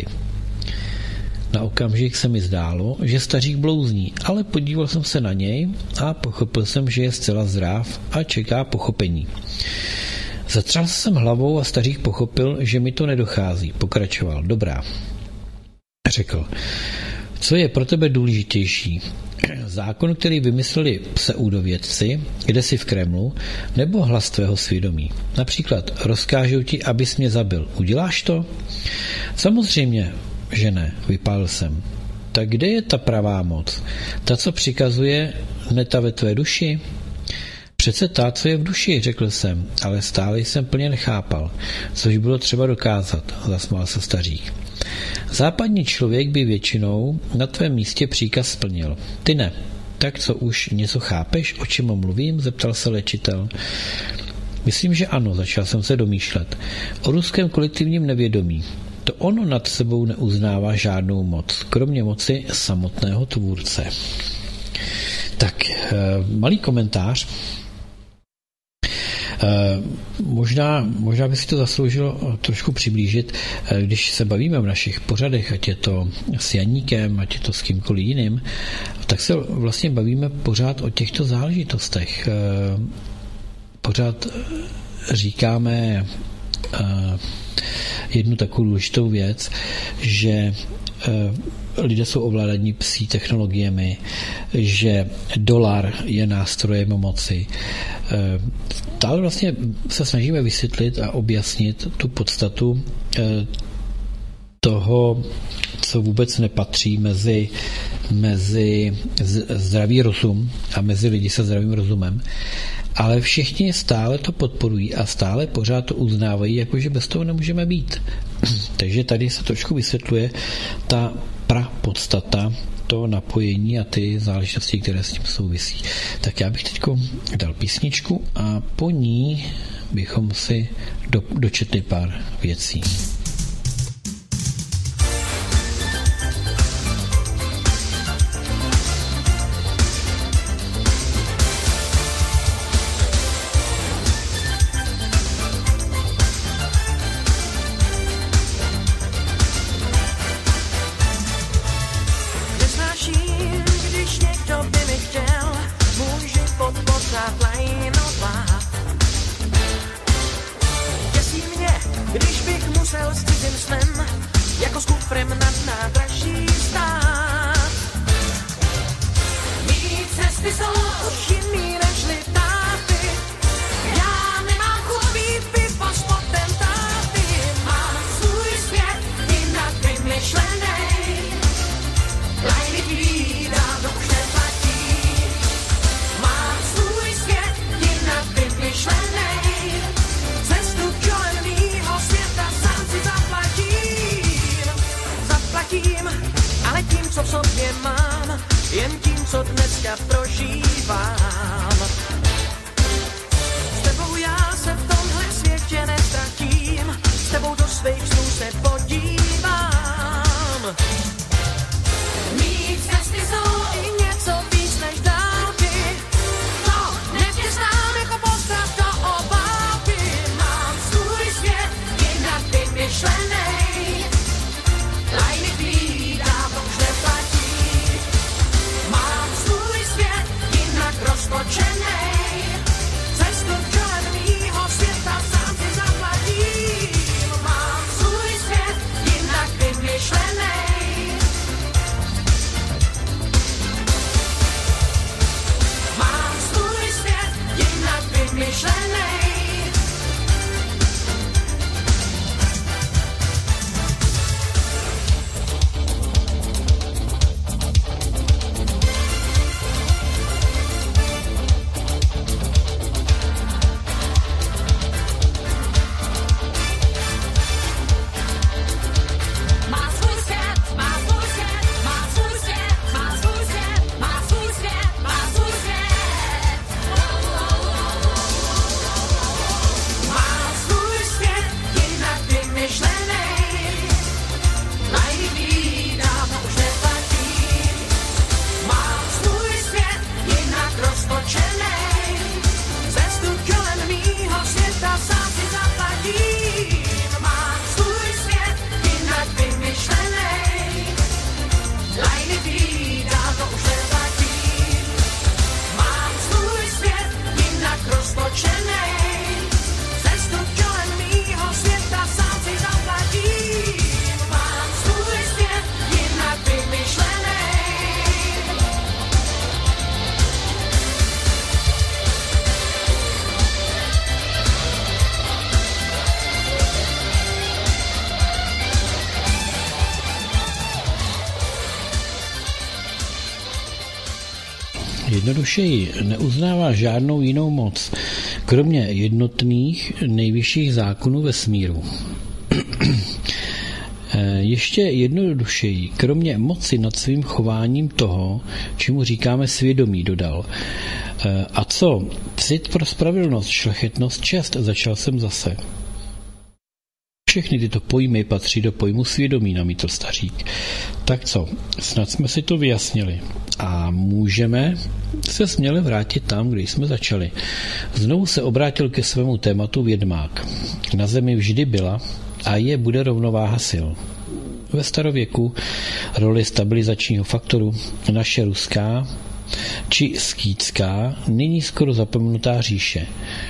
Na okamžik se mi zdálo, že stařík blouzní, ale podíval jsem se na něj a pochopil jsem, že je zcela zdrav a čeká pochopení. Zatřásl jsem hlavou a stařík pochopil, že mi to nedochází. Pokračoval. Dobrá. Řekl. Co je pro tebe důležitější? Zákon, který vymysleli pseudovědci, kde si v Kremlu, nebo hlas tvého svědomí? Například rozkážou ti, abys mě zabil. Uděláš to? Samozřejmě, že ne, vypálil jsem. Tak kde je ta pravá moc? Ta, co přikazuje, ne ta ve tvé duši? Přece ta, co je v duši, řekl jsem, ale stále jsem plně nechápal, což bylo třeba dokázat, zasmál se stařík. Západní člověk by většinou na tvém místě příkaz splnil. Ty ne. Tak co, už něco chápeš, o čem mluvím? Zeptal se léčitel. Myslím, že ano, začal jsem se domýšlet. O ruském kolektivním nevědomí. To ono nad sebou neuznává žádnou moc, kromě moci samotného tvůrce. Tak, malý komentář. Možná, možná by si to zasloužilo trošku přiblížit, když se bavíme v našich pořadech, ať je to s Janíkem, ať je to s kýmkoliv jiným, tak se vlastně bavíme pořád o těchto záležitostech. Pořád říkáme jednu takovou důležitou věc, že lidé jsou ovládaní psí technologiemi, že dolar je nástrojem moci. Dále vlastně se snažíme vysvětlit a objasnit tu podstatu toho, co vůbec nepatří mezi, mezi zdravý rozum a mezi lidi se zdravým rozumem. Ale všichni stále to podporují a stále pořád to uznávají, jakože bez toho nemůžeme být. Takže tady se trošku vysvětluje ta prapodstata, to napojení a ty záležitosti, které s tím souvisí. Tak já bych teď dal písničku a po ní bychom si do, dočetli pár věcí. svým snem, jako s kufrem na nádraží stát. Mý cesty jsou už jiný nežli táty, já nemám chuť být piva s potentáty. Mám svůj svět jinak vymyšlenej, lajny výdám, to už neplatí. Mám svůj svět jinak vymyšlenej, cestu kolem mýho světa sám si zaplatím. Zaplatím, ale tím, co v sobě mám, jen tím, co dneska prožívám. S tebou já se v tomhle světě nestratím, s tebou do svých snů se podívám. Mý cesty jsou i něco víc než dálky, to nevděznám jako postav do obálky. Mám svůj svět jinak vymyšlenej, lajny výdám, to už neplatí. Mám svůj svět jinak roztočenej, cestu kolem mýho světa sám si zaplatím. Mám svůj svět jinak vymyšlenej, mám svůj svět jinak vymyšlenej. Má svůj svět, má svůj svět, má svůj svět, má svůj svět, má svůj svět, má svůj svět. Má svůj svět jinak vymyšlenej, lajny výdám, to už neplatí. Mám svůj svět jinak roztočenej, cestu kolem mýho světa sám si zaplatím. Mám svůj svět jinak vymyšlenej, lajny výdám, to už neplatí. Mám svůj svět jinak roztočenej, cestu kolem mýho světa sám si zaplatím. Mám svůj svět jinak vymyšlenej. Jednodušeji neuznává žádnou jinou moc, kromě jednotných nejvyšších zákonů vesmíru. Ještě jednodušeji, kromě moci nad svým chováním toho, čemu říkáme svědomí, dodal. A co? Cit pro spravedlnost, šlechetnost, čest, začal jsem zase. Všechny tyto pojmy patří do pojmu svědomí, namítl stařík. Tak co, snad jsme si to vyjasnili a můžeme se směle vrátit tam, kde jsme začali. Znovu se obrátil ke svému tématu vědmák. Na zemi vždy byla a je bude rovnováha sil. Ve starověku roli stabilizačního faktoru naše ruská či skýtská, nyní skoro zapomenutá říše.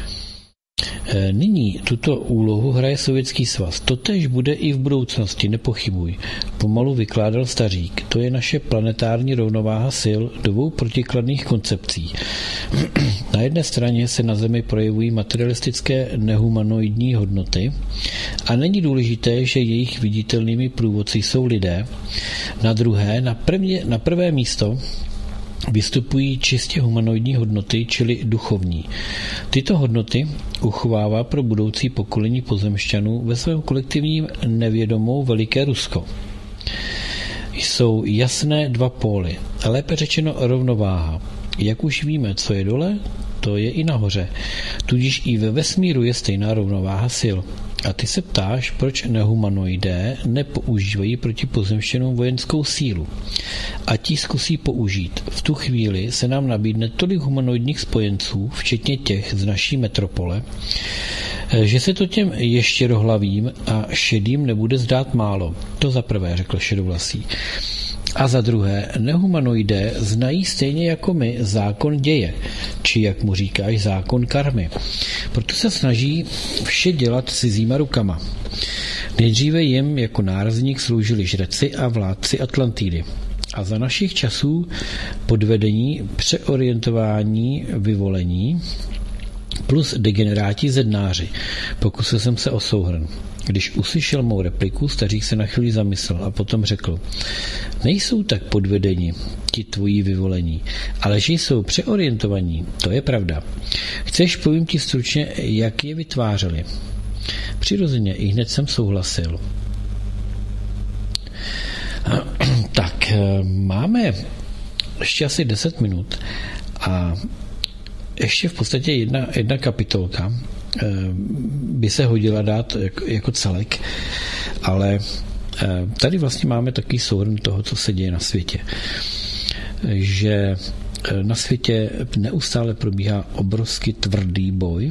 Nyní tuto úlohu hraje Sovětský svaz. Totéž bude i v budoucnosti, nepochybuj. Pomalu vykládal stařík. To je naše planetární rovnováha sil dvou protikladných koncepcí. Na jedné straně se na Zemi projevují materialistické nehumanoidní hodnoty a není důležité, že jejich viditelnými průvodci jsou lidé. Na druhé, na, prvně, na prvé místo vystupují čistě humanoidní hodnoty, čili duchovní. Tyto hodnoty uchovává pro budoucí pokolení pozemšťanů ve svém kolektivním nevědomou veliké Rusko. Jsou jasné dva póly, lépe řečeno rovnováha. Jak už víme, co je dole, to je i nahoře. Tudíž i ve vesmíru je stejná rovnováha sil. A ty se ptáš, proč nehumanoidé nepoužívají proti pozemštěnům vojenskou sílu. A ti zkusí použít. V tu chvíli se nám nabídne tolik humanoidních spojenců, včetně těch z naší metropole, že se to těm ještěrohlavým a šedým nebude zdát málo. To za prvé, řekl šedovlasý. A za druhé, nehumanoidé znají stejně jako my zákon děje, či jak mu říkáš, zákon karmy. Proto se snaží vše dělat cizíma rukama. Nejdříve jim jako nárazník sloužili žreci a vládci Atlantidy. A za našich časů podvedení, přeorientování, vyvolení plus degeneráti zednáři. Pokusil jsem se o souhrn. Když uslyšel mou repliku, stařík se na chvíli zamyslel a potom řekl: nejsou tak podvedeni ti tvojí vyvolení, ale že jsou přeorientovaní, to je pravda. Chceš, povím ti stručně, jak je vytvářeli. Přirozeně, i hned jsem souhlasil. Tak, máme ještě asi deset minut a ještě v podstatě jedna, jedna kapitolka by se hodila dát jako, jako celek, ale tady vlastně máme takový souhrn toho, co se děje na světě. Že na světě neustále probíhá obrovsky tvrdý boj.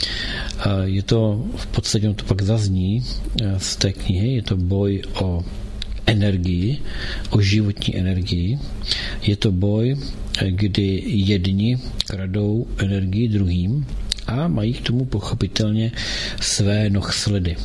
Je to v podstatě, to pak zazní z té knihy, je to boj o energii, o životní energii. Je to boj, kdy jedni kradou energii druhým a mají k tomu pochopitelně své nohsledy.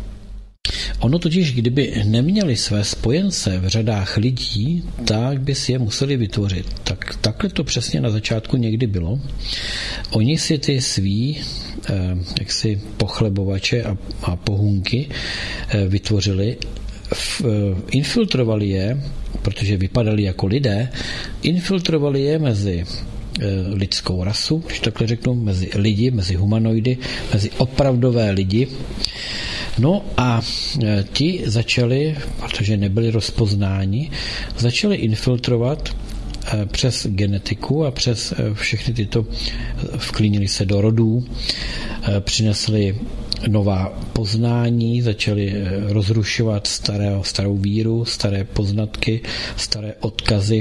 Ono totiž, kdyby neměli své spojence v řadách lidí, tak by si je museli vytvořit. Tak takhle to přesně na začátku někdy bylo. Oni si ty svý eh, jaksi pochlebovače a, a pohůnky eh, vytvořili, v, eh, infiltrovali je, protože vypadali jako lidé, infiltrovali je mezi lidskou rasu, když takhle řeknu, mezi lidi, mezi humanoidy, mezi opravdové lidi. No a ti začali, protože nebyli rozpoznáni, začali infiltrovat přes genetiku a přes všechny tyto, vklínili se do rodů, přinesli nová poznání, začali rozrušovat staré, starou víru, staré poznatky, staré odkazy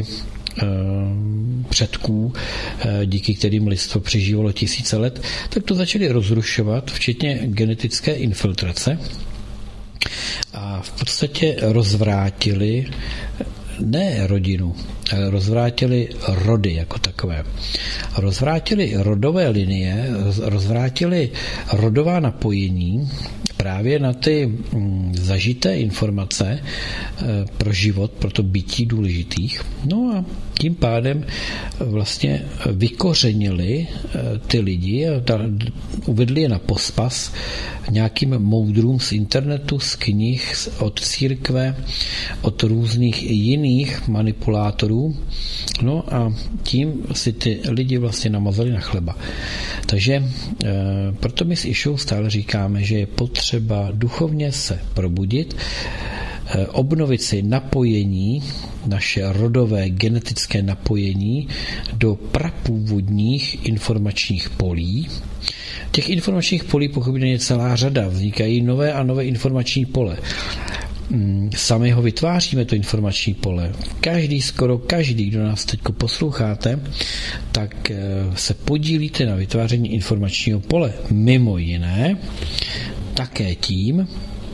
předků, díky kterým lidstvo přežívalo tisíce let, tak to začali rozrušovat, včetně genetické infiltrace, a v podstatě rozvrátili ne rodinu, ale rozvrátili rody jako takové. Rozvrátili rodové linie, rozvrátili rodová napojení právě na ty zažité informace pro život, pro to bytí důležitých. No a tím pádem vlastně vykořenili ty lidi a uvedli je na pospas nějakým moudrům z internetu, z knih, od církve, od různých jiných manipulátorů. No a tím si ty lidi vlastně namazali na chleba. Takže e, proto my s Išou stále říkáme, že je potřeba duchovně se probudit, e, obnovit si napojení, naše rodové genetické napojení do prapůvodních informačních polí. Těch informačních polí pochopitelně je celá řada. Vznikají nové a nové informační pole. Sami ho vytváříme, to informační pole. Každý, skoro každý, kdo nás teď posloucháte, tak se podílíte na vytváření informačního pole. Mimo jiné také tím,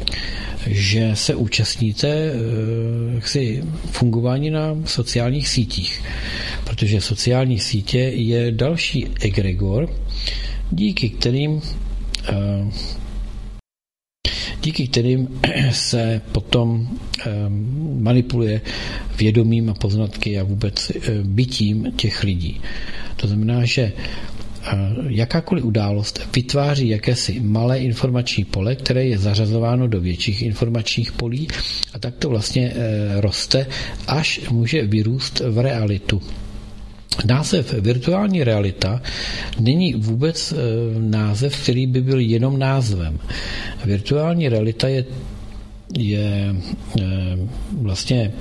že se účastníte jaksi fungování na sociálních sítích. Protože sociální sítě je další egregor, díky kterým díky kterým se potom manipuluje vědomím a poznatky a vůbec bytím těch lidí. To znamená, že jakákoliv událost vytváří jakési malé informační pole, které je zařazováno do větších informačních polí, a tak to vlastně roste, až může vyrůst v realitu. Název virtuální realita není vůbec název, který by byl jenom názvem. Virtuální realita je, je vlastně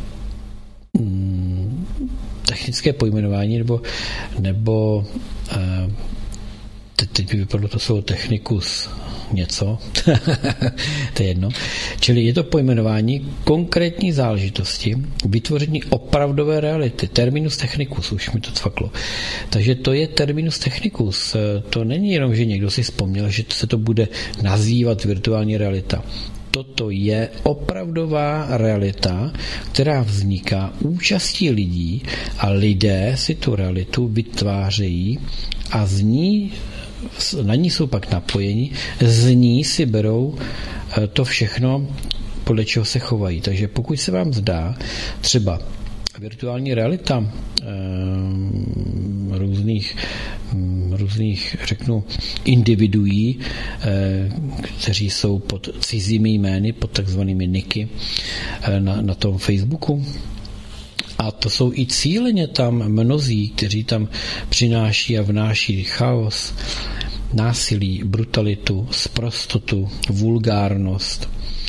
technické pojmenování, nebo, nebo teď by vypadlo to slovo technikus něco, to je jedno. Čili je to pojmenování konkrétní záležitosti, vytvoření opravdové reality. Terminus technicus, už mi to cvaklo. Takže to je terminus technicus. To není jenom, že někdo si vzpomněl, že se to bude nazývat virtuální realita. toto je opravdová realita, která vzniká účastí lidí a lidé si tu realitu vytvářejí a z ní, na ní jsou pak napojeni, z ní si berou to všechno, podle čeho se chovají. Takže pokud se vám zdá třeba virtuální realita eh, různých, různých, řeknu, individuí, eh, kteří jsou pod cizími jmény, pod takzvanými niky eh, na, na tom Facebooku. A to jsou i cíleně tam mnozí, kteří tam přináší a vnáší chaos, násilí, brutalitu, sprostotu, vulgárnost.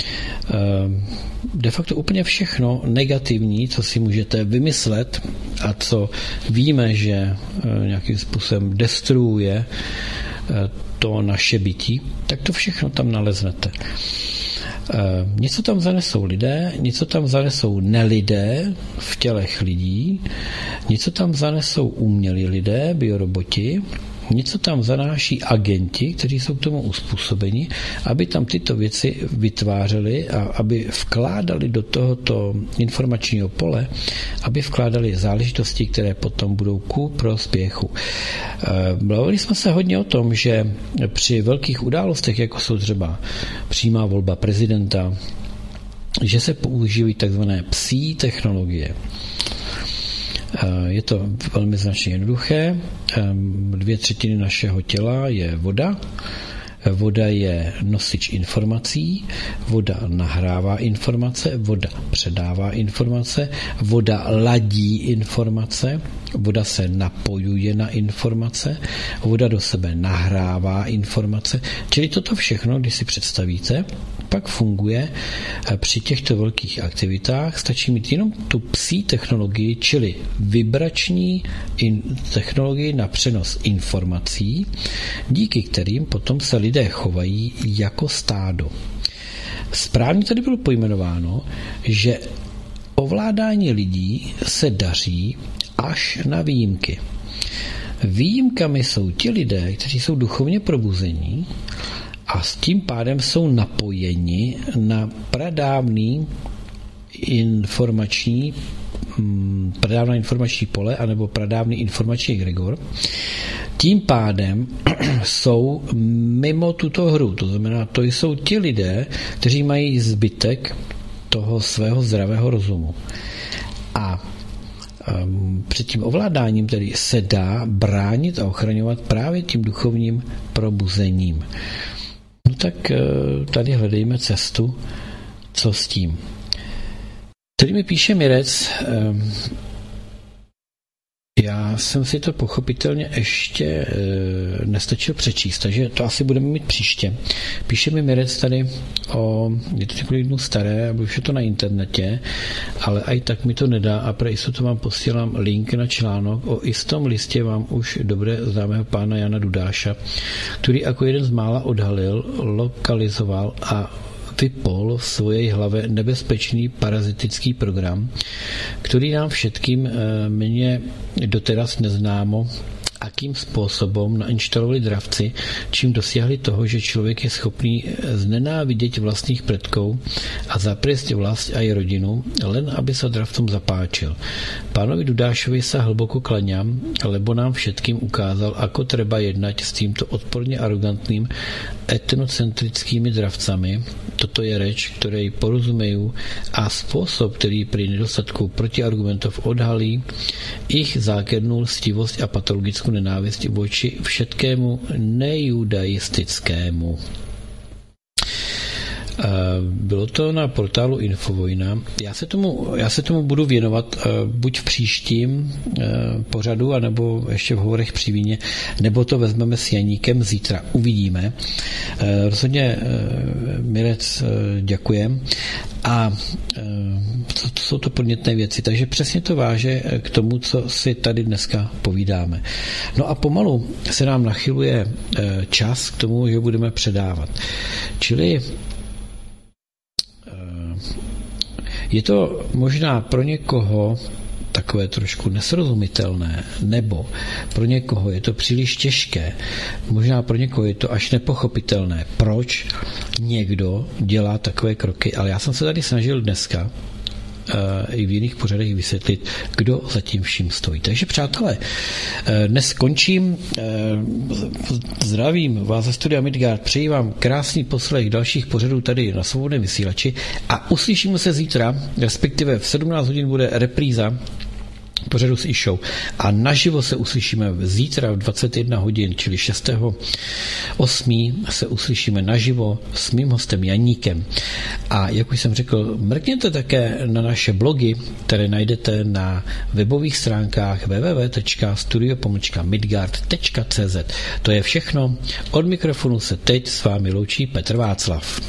De facto úplně všechno negativní, co si můžete vymyslet a co víme, že nějakým způsobem destruuje to naše bytí, tak to všechno tam naleznete. Něco tam zanesou lidé, něco tam zanesou nelidé v tělech lidí, něco tam zanesou umělí lidé, bioroboti, něco tam zanáší agenti, kteří jsou k tomu uspůsobeni, aby tam tyto věci vytvářeli a aby vkládali do tohoto informačního pole, aby vkládali záležitosti, které potom budou ku prospěchu. Mluvili jsme se hodně o tom, že při velkých událostech, jako jsou třeba přímá volba prezidenta, že se používají takzvané psí technologie. Je to velmi značně jednoduché. Dvě třetiny našeho těla je voda. Voda je nosič informací, voda nahrává informace, voda předává informace, voda ladí informace, voda se napojuje na informace, voda do sebe nahrává informace. Čili toto všechno, když si představíte, pak funguje při těchto velkých aktivitách. Stačí mít jenom tu psí technologii, čili vibrační technologii na přenos informací, díky kterým potom se lidé chovají jako stádo. Správně tady bylo pojmenováno, že ovládání lidí se daří až na výjimky. Výjimkami jsou ti lidé, kteří jsou duchovně probuzení a s tím pádem jsou napojeni na pradávný informační pradávná informační pole anebo pradávný informační egregor. Tím pádem jsou mimo tuto hru. To znamená, to jsou ti lidé, kteří mají zbytek toho svého zdravého rozumu. A um, před tím ovládáním tedy se dá bránit a ochraňovat právě tím duchovním probuzením. No tak tady hledejme cestu, co s tím. Tady mi píše Mirec, já jsem si to pochopitelně ještě nestačil přečíst, takže to asi budeme mít příště. Píše mi Mirec tady o, je to několik dnů staré, a už je to na internetě, ale i tak mi to nedá a pro jistotu vám posílám link na článek o istom listě vám už dobře známého pána Jana Dudáša, který jako jeden z mála odhalil, lokalizoval a vypol v své hlavě nebezpečný parazitický program, který nám všetkým mě doteraz neznámo, akým způsobem nainštalovali dravci, čím dosáhli toho, že člověk je schopný znenávidět vlastních predkov a zapriesť vlast a i rodinu, len aby se dravcom zapáčil. Pánovi Dudášovi sa hlboko klaňam, lebo nám všetkým ukázal, ako treba jednať s týmto odporně arrogantným etnocentrickými dravcami. Toto je reč, ktorej porozumejú a spôsob, ktorý pri nedostatku protiargumentov odhalí ich zákernú lstivosť a patologickú nenávist voči všetkému nejudaistickému. Bylo to na portálu Infovojna. Já se tomu, já se tomu budu věnovat buď v příštím pořadu, anebo ještě v hovorech při víně, nebo to vezmeme s Janíkem zítra. Uvidíme. Rozhodně Mirec děkujem. A to, to jsou to podnětné věci. Takže přesně to váže k tomu, co si tady dneska povídáme. No a pomalu se nám nachyluje čas k tomu, že budeme předávat. Čili je to možná pro někoho takové trošku nesrozumitelné, nebo pro někoho je to příliš těžké, možná pro někoho je to až nepochopitelné, proč někdo dělá takové kroky, ale já jsem se tady snažil dneska i v jiných pořadech vysvětlit, kdo za tím vším stojí. Takže přátelé, dnes skončím. Zdravím vás ze studia Midgard, přeji vám krásný poslech dalších pořadů tady na Svobodném vysílači a uslyšíme se zítra, respektive v sedmnáct hodin bude repríza pořadu s e-show a naživo se uslyšíme zítra v dvacet jedna hodin, čili šestého osmého se uslyšíme naživo s mým hostem Janíkem. A jak už jsem řekl, mrkněte také na naše blogy, které najdete na webových stránkách w w w tečka studio pomlčka midgard tečka c z. To je všechno. Od mikrofonu se teď s vámi loučí Petr Václav.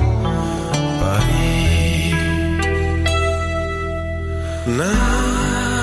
Na